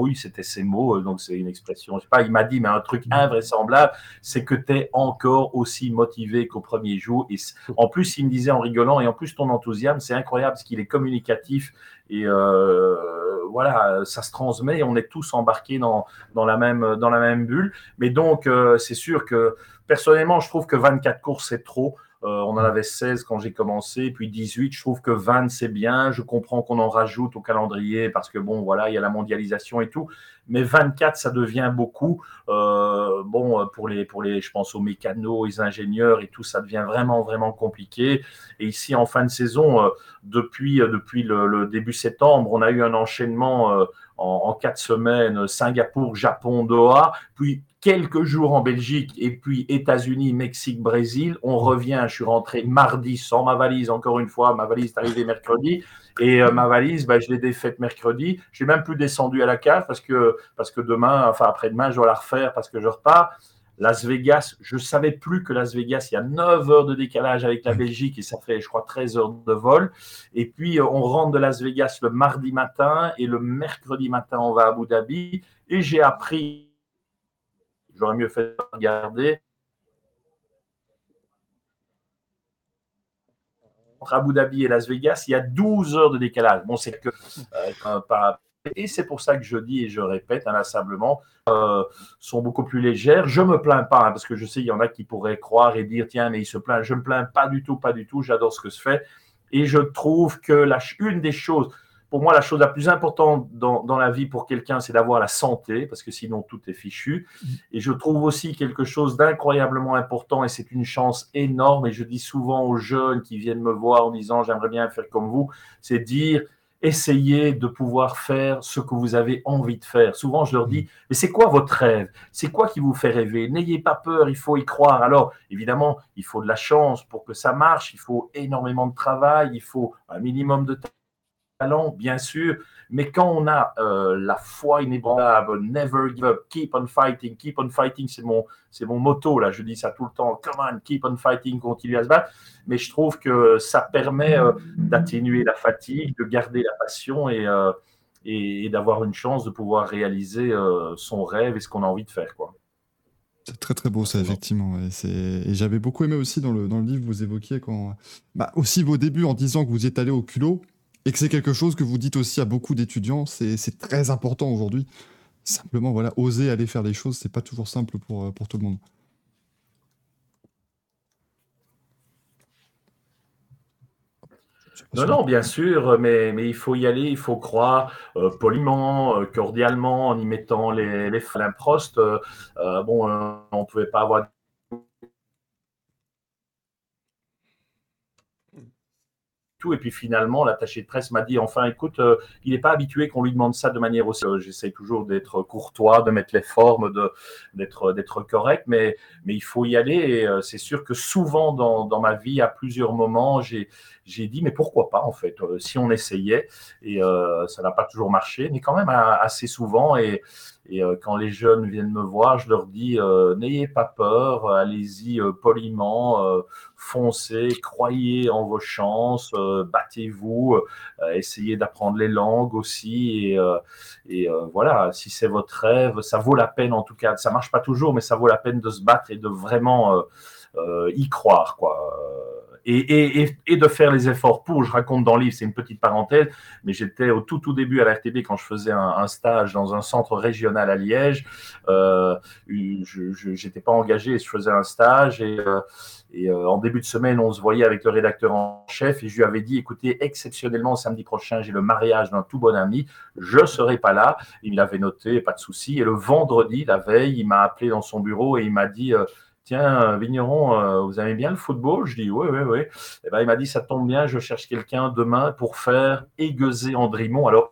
ses mots, donc c'est une expression, je sais pas, il m'a dit, mais un truc invraisemblable, c'est que tu es encore aussi motivé qu'au premier jour. Et en plus, il me disait en rigolant, et en plus, ton enthousiasme, c'est incroyable parce qu'il est communicatif. Et euh, voilà, ça se transmet et on est tous embarqués dans, dans, la, même, dans la même bulle. Mais donc, euh, c'est sûr que personnellement, je trouve que vingt-quatre courses, c'est trop. Euh, on en avait seize quand j'ai commencé, puis dix-huit. Je trouve que vingt, c'est bien. Je comprends qu'on en rajoute au calendrier parce que, bon, voilà, il y a la mondialisation et tout. Mais vingt-quatre, ça devient beaucoup. Euh, bon, pour les, pour les, je pense aux mécanos, aux ingénieurs et tout, ça devient vraiment, vraiment compliqué. Et ici, en fin de saison, euh, depuis, euh, depuis le, le début septembre, on a eu un enchaînement euh, en, en quatre semaines, Singapour, Japon, Doha, puis quelques jours en Belgique, et puis États-Unis, Mexique, Brésil. On revient, je suis rentré mardi sans ma valise, encore une fois, ma valise est arrivée mercredi, et euh, ma valise, ben, je l'ai défaite mercredi. Je n'ai même plus descendu à la cave parce que, parce que demain, enfin après-demain, je dois la refaire parce que je repars. Las Vegas, je ne savais plus que Las Vegas, il y a neuf heures de décalage avec la Belgique et ça fait, je crois, treize heures de vol. Et puis, on rentre de Las Vegas le mardi matin et le mercredi matin, on va à Abu Dhabi. Et j'ai appris, j'aurais mieux fait de regarder, entre Abu Dhabi et Las Vegas, il y a douze heures de décalage. Bon, c'est que euh, pas. Et c'est pour ça que je dis et je répète inlassablement, euh, sont beaucoup plus légères. Je ne me plains pas, hein, parce que je sais qu'il y en a qui pourraient croire et dire, tiens, mais il se plaint. Je ne me plains pas du tout, pas du tout. J'adore ce que je fais. Et je trouve que la, une des choses, pour moi, la chose la plus importante dans, dans la vie pour quelqu'un, c'est d'avoir la santé, parce que sinon, tout est fichu. Et je trouve aussi quelque chose d'incroyablement important, et c'est une chance énorme, et je dis souvent aux jeunes qui viennent me voir en disant, j'aimerais bien faire comme vous, c'est dire, essayez de pouvoir faire ce que vous avez envie de faire. Souvent, je leur dis, mais c'est quoi votre rêve? C'est quoi qui vous fait rêver? N'ayez pas peur, il faut y croire. Alors, évidemment, il faut de la chance pour que ça marche, il faut énormément de travail, il faut un minimum de talent, bien sûr, mais quand on a euh, la foi inébranlable, never give up, keep on fighting, keep on fighting, c'est mon, c'est mon motto, là, je dis ça tout le temps, come on, keep on fighting, continue à se battre, mais je trouve que ça permet euh, d'atténuer la fatigue, de garder la passion et, euh, et, et d'avoir une chance de pouvoir réaliser euh, son rêve et ce qu'on a envie de faire, quoi. C'est très très beau ça, effectivement. Et, c'est... et j'avais beaucoup aimé aussi dans le, dans le livre, vous évoquiez quand... bah, aussi vos débuts en disant que vous y êtes allé au culot, et que c'est quelque chose que vous dites aussi à beaucoup d'étudiants, c'est, c'est très important aujourd'hui. Simplement, voilà, oser aller faire des choses, c'est pas toujours simple pour, pour tout le monde. Non, non, bien sûr, mais, mais il faut y aller, il faut croire euh, poliment, euh, cordialement, en y mettant les, les Prost. Euh, euh, bon, euh, on ne pouvait pas avoir tout. Et puis finalement, l'attaché de presse m'a dit, enfin, écoute, euh, il n'est pas habitué qu'on lui demande ça de manière aussi. Euh, j'essaie toujours d'être courtois, de mettre les formes, de, d'être, d'être correct, mais, mais il faut y aller. Et euh, c'est sûr que souvent dans, dans ma vie, à plusieurs moments, j'ai, j'ai dit, mais pourquoi pas, en fait, euh, si on essayait. Et euh, ça n'a pas toujours marché, mais quand même assez souvent. Et, et euh, quand les jeunes viennent me voir, je leur dis, euh, n'ayez pas peur, allez-y euh, poliment, euh, foncez, croyez en vos chances, euh, battez-vous, euh, essayez d'apprendre les langues aussi. Et, euh, et euh, voilà, si c'est votre rêve, ça vaut la peine en tout cas. Ça ne marche pas toujours, mais ça vaut la peine de se battre et de vraiment euh, euh, y croire, quoi. Et, et, et de faire les efforts pour. Je raconte dans le livre, c'est une petite parenthèse, mais j'étais au tout, tout début à la R T B quand je faisais un, un stage dans un centre régional à Liège. Euh, je n'étais pas engagé, je faisais un stage et, euh, et euh, en début de semaine, on se voyait avec le rédacteur en chef et je lui avais dit, écoutez, exceptionnellement, samedi prochain, j'ai le mariage d'un tout bon ami, je ne serai pas là. Il avait noté, pas de souci. Et le vendredi, la veille, il m'a appelé dans son bureau et il m'a dit... Euh, tiens, Vigneron, euh, vous aimez bien le football? Je dis, oui, oui, oui. Et ben, il m'a dit, ça tombe bien, je cherche quelqu'un demain pour faire Aiguezé Andrimont. Alors,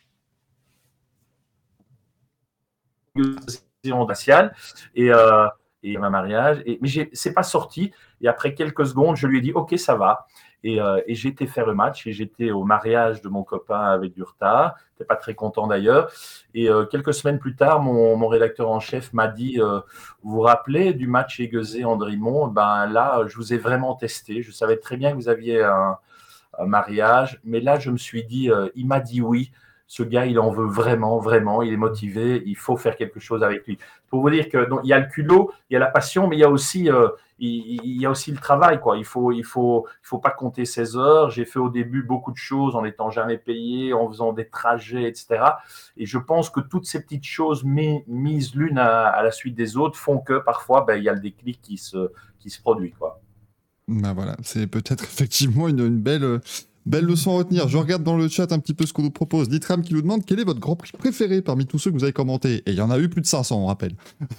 et, euh, et un mariage. Et, mais j'ai, c'est pas sorti. Et après quelques secondes, je lui ai dit, OK, ça va. Et, euh, et j'ai été faire le match et j'étais au mariage de mon copain avec du retard. J'étais pas très content d'ailleurs. Et euh, quelques semaines plus tard, mon, mon rédacteur en chef m'a dit euh, vous vous rappelez du match Aiguezé-Andrimont? Ben là, je vous ai vraiment testé. Je savais très bien que vous aviez un, un mariage, mais là, je me suis dit euh, il m'a dit oui. Ce gars, il en veut vraiment, vraiment. Il est motivé. Il faut faire quelque chose avec lui. Pour vous dire que donc, il y a le culot, il y a la passion, mais il y a aussi euh, il, il y a aussi le travail, quoi. Il faut, il faut, il faut pas compter ses heures. J'ai fait au début beaucoup de choses en n'étant jamais payé, en faisant des trajets, et cetera. Et je pense que toutes ces petites choses mis, mises l'une à, à la suite des autres font que parfois, ben, il y a le déclic qui se, qui se produit, quoi. Ben voilà, c'est peut-être effectivement une, une belle, belle leçon à retenir. Je regarde dans le chat un petit peu ce qu'on nous propose. Ditram qui nous demande quel est votre Grand Prix préféré parmi tous ceux que vous avez commentés. Et il y en a eu plus de cinq cents, on rappelle.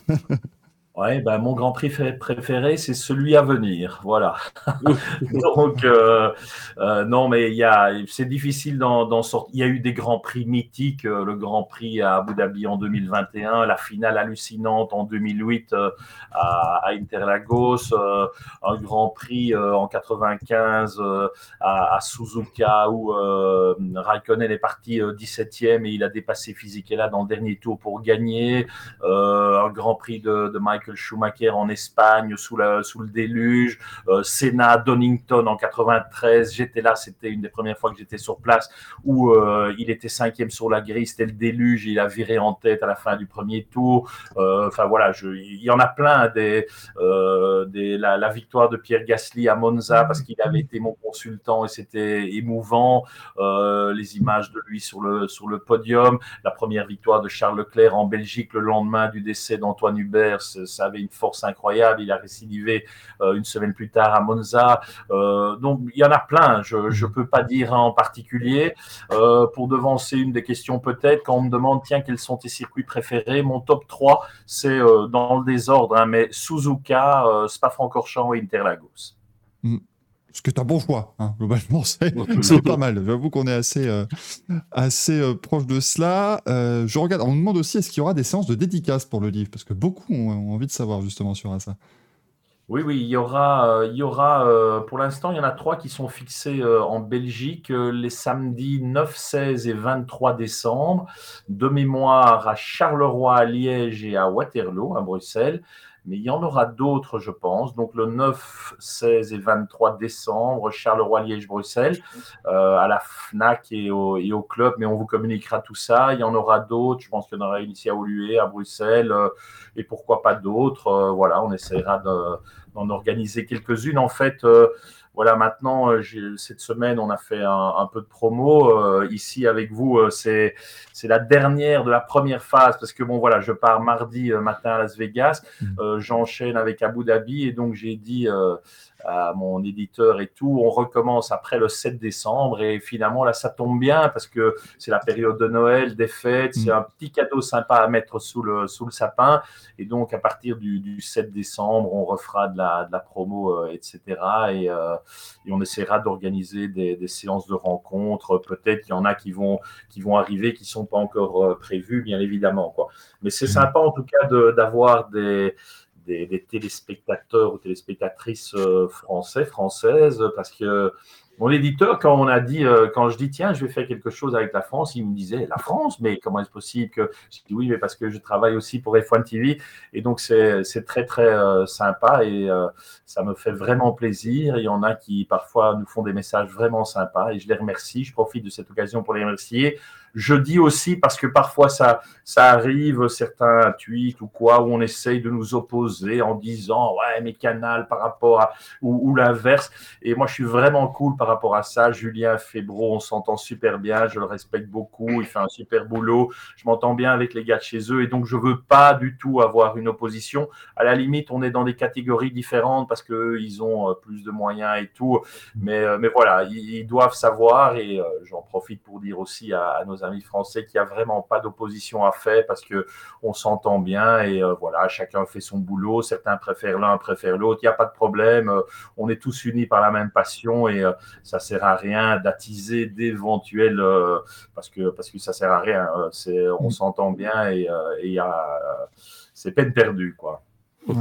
Ouais, ben, mon Grand Prix préféré, c'est celui à venir. Voilà. Donc, euh, euh, non, mais il y a, c'est difficile d'en, d'en sortir. Il y a eu des Grands Prix mythiques. Euh, le Grand Prix à Abu Dhabi en deux mille vingt et un, la finale hallucinante en deux mille huit euh, à, à Interlagos, euh, un Grand Prix euh, en quatre-vingt-quinze euh, à, à Suzuka où euh, Raikkonen est parti euh, dix-septième et il a dépassé Fisichella dans le dernier tour pour gagner. Euh, un Grand Prix de, de Michael Schumacher en Espagne sous, la, sous le déluge, euh, Senna, Donington en quatre-vingt-treize, j'étais là, c'était une des premières fois que j'étais sur place, où euh, il était cinquième sur la grille, c'était le déluge, il a viré en tête à la fin du premier tour, enfin euh, voilà, je, il y en a plein, des, euh, des, la, la victoire de Pierre Gasly à Monza, parce qu'il avait été mon consultant et c'était émouvant, euh, les images de lui sur le, sur le podium, la première victoire de Charles Leclerc en Belgique le lendemain du décès d'Antoine Hubert, ça avait une force incroyable. Il a récidivé euh, une semaine plus tard à Monza. Euh, donc, il y en a plein. Je ne peux pas dire un en particulier. Euh, pour devancer une des questions peut-être, quand on me demande, tiens, quels sont tes circuits préférés? Mon top trois, c'est euh, dans le désordre, hein, mais Suzuka, euh, Spa-Francorchamps et Interlagos. Mmh. Ce qui est un bon choix, hein, globalement, c'est, c'est pas mal. J'avoue qu'on est assez, euh, assez euh, proche de cela. Euh, je regarde, on me demande aussi est-ce qu'il y aura des séances de dédicaces pour le livre, parce que beaucoup ont, ont envie de savoir justement sur ça. Oui, oui, il y aura, euh, il y aura euh, pour l'instant, il y en a trois qui sont fixés euh, en Belgique euh, les samedis neuf, seize et vingt-trois décembre, de mémoire à Charleroi, à Liège et à Waterloo, à Bruxelles. Mais il y en aura d'autres, je pense. Donc, le neuf, seize et vingt-trois décembre, Charleroi, Liège, Bruxelles, euh, à la FNAC et au, et au club. Mais on vous communiquera tout ça. Il y en aura d'autres. Je pense qu'il y en aura une ici à Woluwe, à Bruxelles, euh, et pourquoi pas d'autres. Euh, voilà, on essaiera de, d'en organiser quelques-unes. En fait, euh, voilà, maintenant, j'ai, cette semaine, on a fait un, un peu de promo. Euh, ici, avec vous, euh, c'est, c'est la dernière de la première phase parce que, bon, voilà, je pars mardi euh, matin à Las Vegas. Euh, j'enchaîne avec Abu Dhabi et donc, j'ai dit euh, à mon éditeur et tout, on recommence après le sept décembre et finalement, là, ça tombe bien parce que c'est la période de Noël, des fêtes. C'est un petit cadeau sympa à mettre sous le, sous le sapin. Et donc, à partir du, du sept décembre, on refera de la, de la promo, euh, et cetera. Et, euh, et on essaiera d'organiser des, des séances de rencontres. Peut-être qu'il y en a qui vont, qui vont arriver, qui ne sont pas encore euh, prévues, bien évidemment, quoi. Mais c'est sympa, en tout cas, de, d'avoir des, des, des téléspectateurs ou téléspectatrices euh, français, françaises, parce que mon éditeur, quand on a dit, euh, quand je dis tiens, je vais faire quelque chose avec la France, il me disait la France, mais comment est-ce possible que je dis oui, mais parce que je travaille aussi pour F un T V et donc c'est c'est très très euh, sympa et euh, ça me fait vraiment plaisir. Il y en a qui parfois nous font des messages vraiment sympas et je les remercie. Je profite de cette occasion pour les remercier. Je dis aussi parce que parfois ça ça arrive certains tweets ou quoi où on essaye de nous opposer en disant ouais mais Canal par rapport à ou, ou l'inverse et moi je suis vraiment cool par rapport à ça. Julien Febro, on s'entend super bien, je le respecte beaucoup, il fait un super boulot, je m'entends bien avec les gars de chez eux et donc je veux pas du tout avoir une opposition. À la limite, on est dans des catégories différentes parce qu'eux, ils ont plus de moyens et tout, mais, mais voilà, ils, ils doivent savoir et euh, j'en profite pour dire aussi à, à nos amis français qu'il n'y a vraiment pas d'opposition à faire parce qu'on s'entend bien et euh, voilà, chacun fait son boulot, certains préfèrent l'un, préfèrent l'autre, il n'y a pas de problème, euh, on est tous unis par la même passion et euh, ça ne sert à rien d'attiser d'éventuels, euh, parce, que, parce que ça ne sert à rien, euh, c'est, on s'entend bien et, euh, et y a, euh, c'est peine perdue, quoi. Voilà.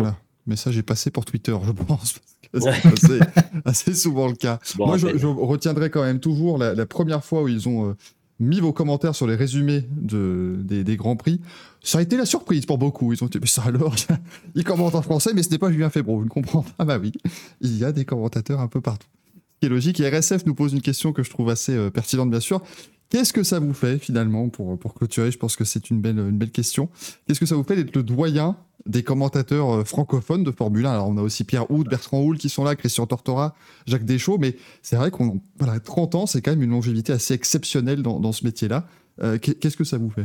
message est passé pour Twitter, je pense. Parce que Ouais. c'est assez, assez souvent le cas. Bon Moi, je, rappel. je retiendrai quand même toujours la, la première fois où ils ont euh, mis vos commentaires sur les résumés de, des, des Grands Prix. Ça a été la surprise pour beaucoup. Ils ont dit, mais ça alors, ils commentent en français, mais ce n'est pas Julien Febvre, je ne comprends pas. Ah bah oui, il y a des commentateurs un peu partout. Ce qui est logique. Et R S F nous pose une question que je trouve assez euh, pertinente, bien sûr. Qu'est-ce que ça vous fait, finalement, pour, pour clôturer? Je pense que c'est une belle, une belle question. Qu'est-ce que ça vous fait d'être le doyen des commentateurs euh, francophones de Formule un? Alors, on a aussi Pierre Hout, Bertrand Houle qui sont là, Christian Tortora, Jacques Deschaux, mais c'est vrai qu'on voilà, trente ans, c'est quand même une longévité assez exceptionnelle dans, dans ce métier-là. Euh, Qu'est-ce que ça vous fait?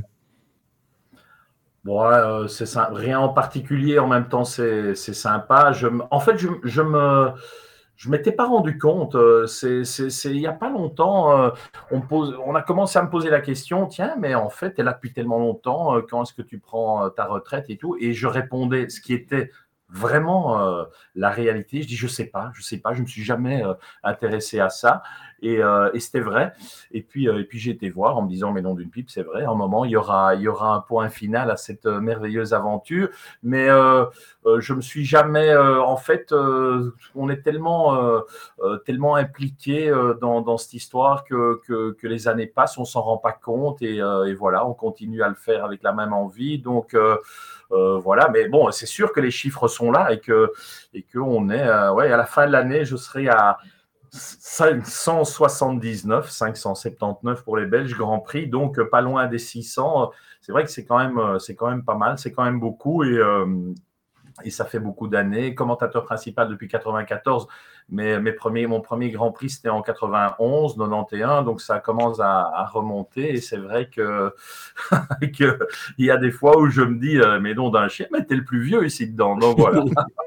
Bon, euh, c'est ça, rien en particulier. En même temps, c'est c'est sympa. Je, m- en fait, je, je me, je m'étais pas rendu compte. euh, C'est, c'est, c'est- il y a pas longtemps, euh, on pose, on a commencé à me poser la question. Tiens, mais en fait, t'es là depuis tellement longtemps. euh, Quand est-ce que tu prends euh, ta retraite et tout? Et je répondais, ce qui était vraiment euh, la réalité. Je dis, je sais pas, je sais pas. Je me suis jamais euh, intéressé à ça. Et, euh, et c'était vrai. Et puis, euh, et puis j'ai été voir en me disant, mais non d'une pipe, c'est vrai, à un moment, il y aura, il y aura un point final à cette euh, merveilleuse aventure. Mais euh, euh, je me suis jamais, euh, en fait, euh, on est tellement, euh, euh, tellement impliqué euh, dans, dans cette histoire que, que, que les années passent, on s'en rend pas compte et, euh, et voilà, on continue à le faire avec la même envie. Donc euh, euh, voilà, mais bon, c'est sûr que les chiffres sont là et que et que on est, euh, ouais, à la fin de l'année, je serai à cinq cent soixante-dix-neuf, cinq cent soixante-dix-neuf pour les Belges Grand Prix, donc euh, pas loin des six cents. C'est vrai que c'est quand même, euh, c'est quand même pas mal, c'est quand même beaucoup et, euh, et ça fait beaucoup d'années. Commentateur principal depuis quatre-vingt-quatorze, mais mes premiers, mon premier Grand Prix c'était en quatre-vingt-onze, quatre-vingt-onze, donc ça commence à, à remonter et c'est vrai que qu'il y a des fois où je me dis, euh, mais non d'un chien, mais t'es le plus vieux ici dedans, donc voilà.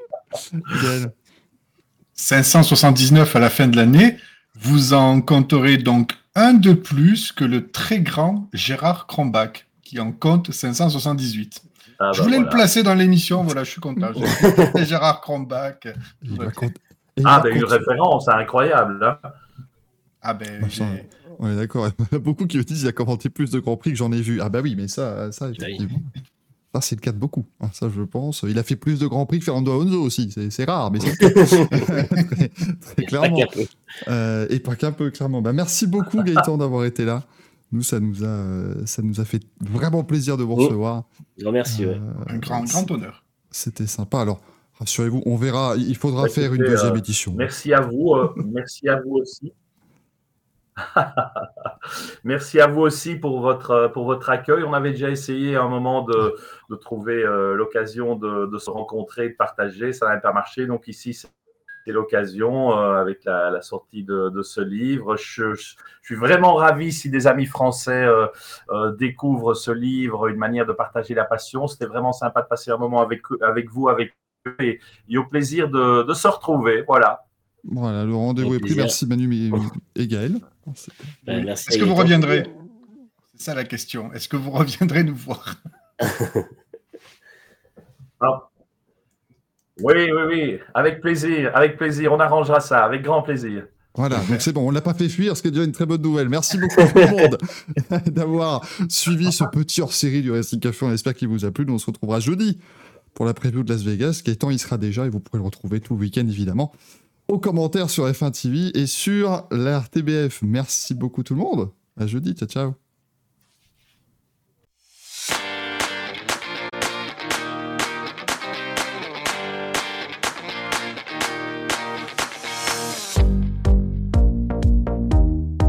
Gaël. cinq cent soixante-dix-neuf à la fin de l'année, vous en compterez donc un de plus que le très grand Gérard Cronbach, qui en compte cinq cent soixante-dix-huit. Ah, Je bah, voulais voilà. le placer dans l'émission, voilà, je suis content. J'ai- Gérard Cronbach. Il tout va à fait. compter- et il Ah, va ben une continuer. référence, incroyable. Hein. Ah ben, Bah, ça, j'ai- on est d'accord. Il y en a beaucoup qui me disent qu'il a commenté plus de Grands Prix que j'en ai vu. Ah bah oui, mais ça, ça effectivement. Ça, c'est le cas de beaucoup. hein, ça, je pense. Il a fait plus de Grands Prix que Fernando Alonso aussi. C'est c'est rare, mais c'est le cas. très, très clairement. Pas qu'un peu. Euh, et pas qu'un peu, clairement. Bah, merci beaucoup, Gaëtan, d'avoir été là. Nous, ça nous a, euh, ça nous a fait vraiment plaisir de vous Oh. recevoir. Grand merci. Ouais. Euh, un grand, grand honneur. C'était sympa. Alors, rassurez-vous, on verra. Il faudra Bah, faire une écoutez, deuxième euh, édition. Merci à vous, euh, merci à vous aussi. Merci à vous aussi pour votre, pour votre accueil. On avait déjà essayé à un moment de, de trouver euh, l'occasion de, de se rencontrer, de partager. Ça n'avait pas marché. Donc ici, c'est l'occasion euh, avec la, la sortie de, de ce livre. Je, je, je suis vraiment ravi si des amis français euh, euh, découvrent ce livre, une manière de partager la passion. C'était vraiment sympa de passer un moment avec, avec vous, avec eux et, et au plaisir de, de se retrouver. Voilà. Voilà, le rendez-vous Avec est pris. plaisir. Merci Manu et et Gaël. Ben, merci Est-ce à que vous Gaëtan. reviendrez? C'est ça la question. Est-ce que vous reviendrez nous voir? Ah. Oui, oui, oui, avec plaisir, avec plaisir. On arrangera ça, avec grand plaisir. Voilà, donc c'est bon, on l'a pas fait fuir, ce qui est déjà une très bonne nouvelle. Merci beaucoup tout le monde d'avoir suivi ce petit hors-série du Racing Café. On espère qu'il vous a plu. Nous, on se retrouvera jeudi pour la preview de Las Vegas. Gaëtan, il sera déjà et vous pourrez le retrouver tout le week-end, évidemment, aux commentaires sur F un T V et sur la R T B F. Merci beaucoup tout le monde. À jeudi, ciao, ciao.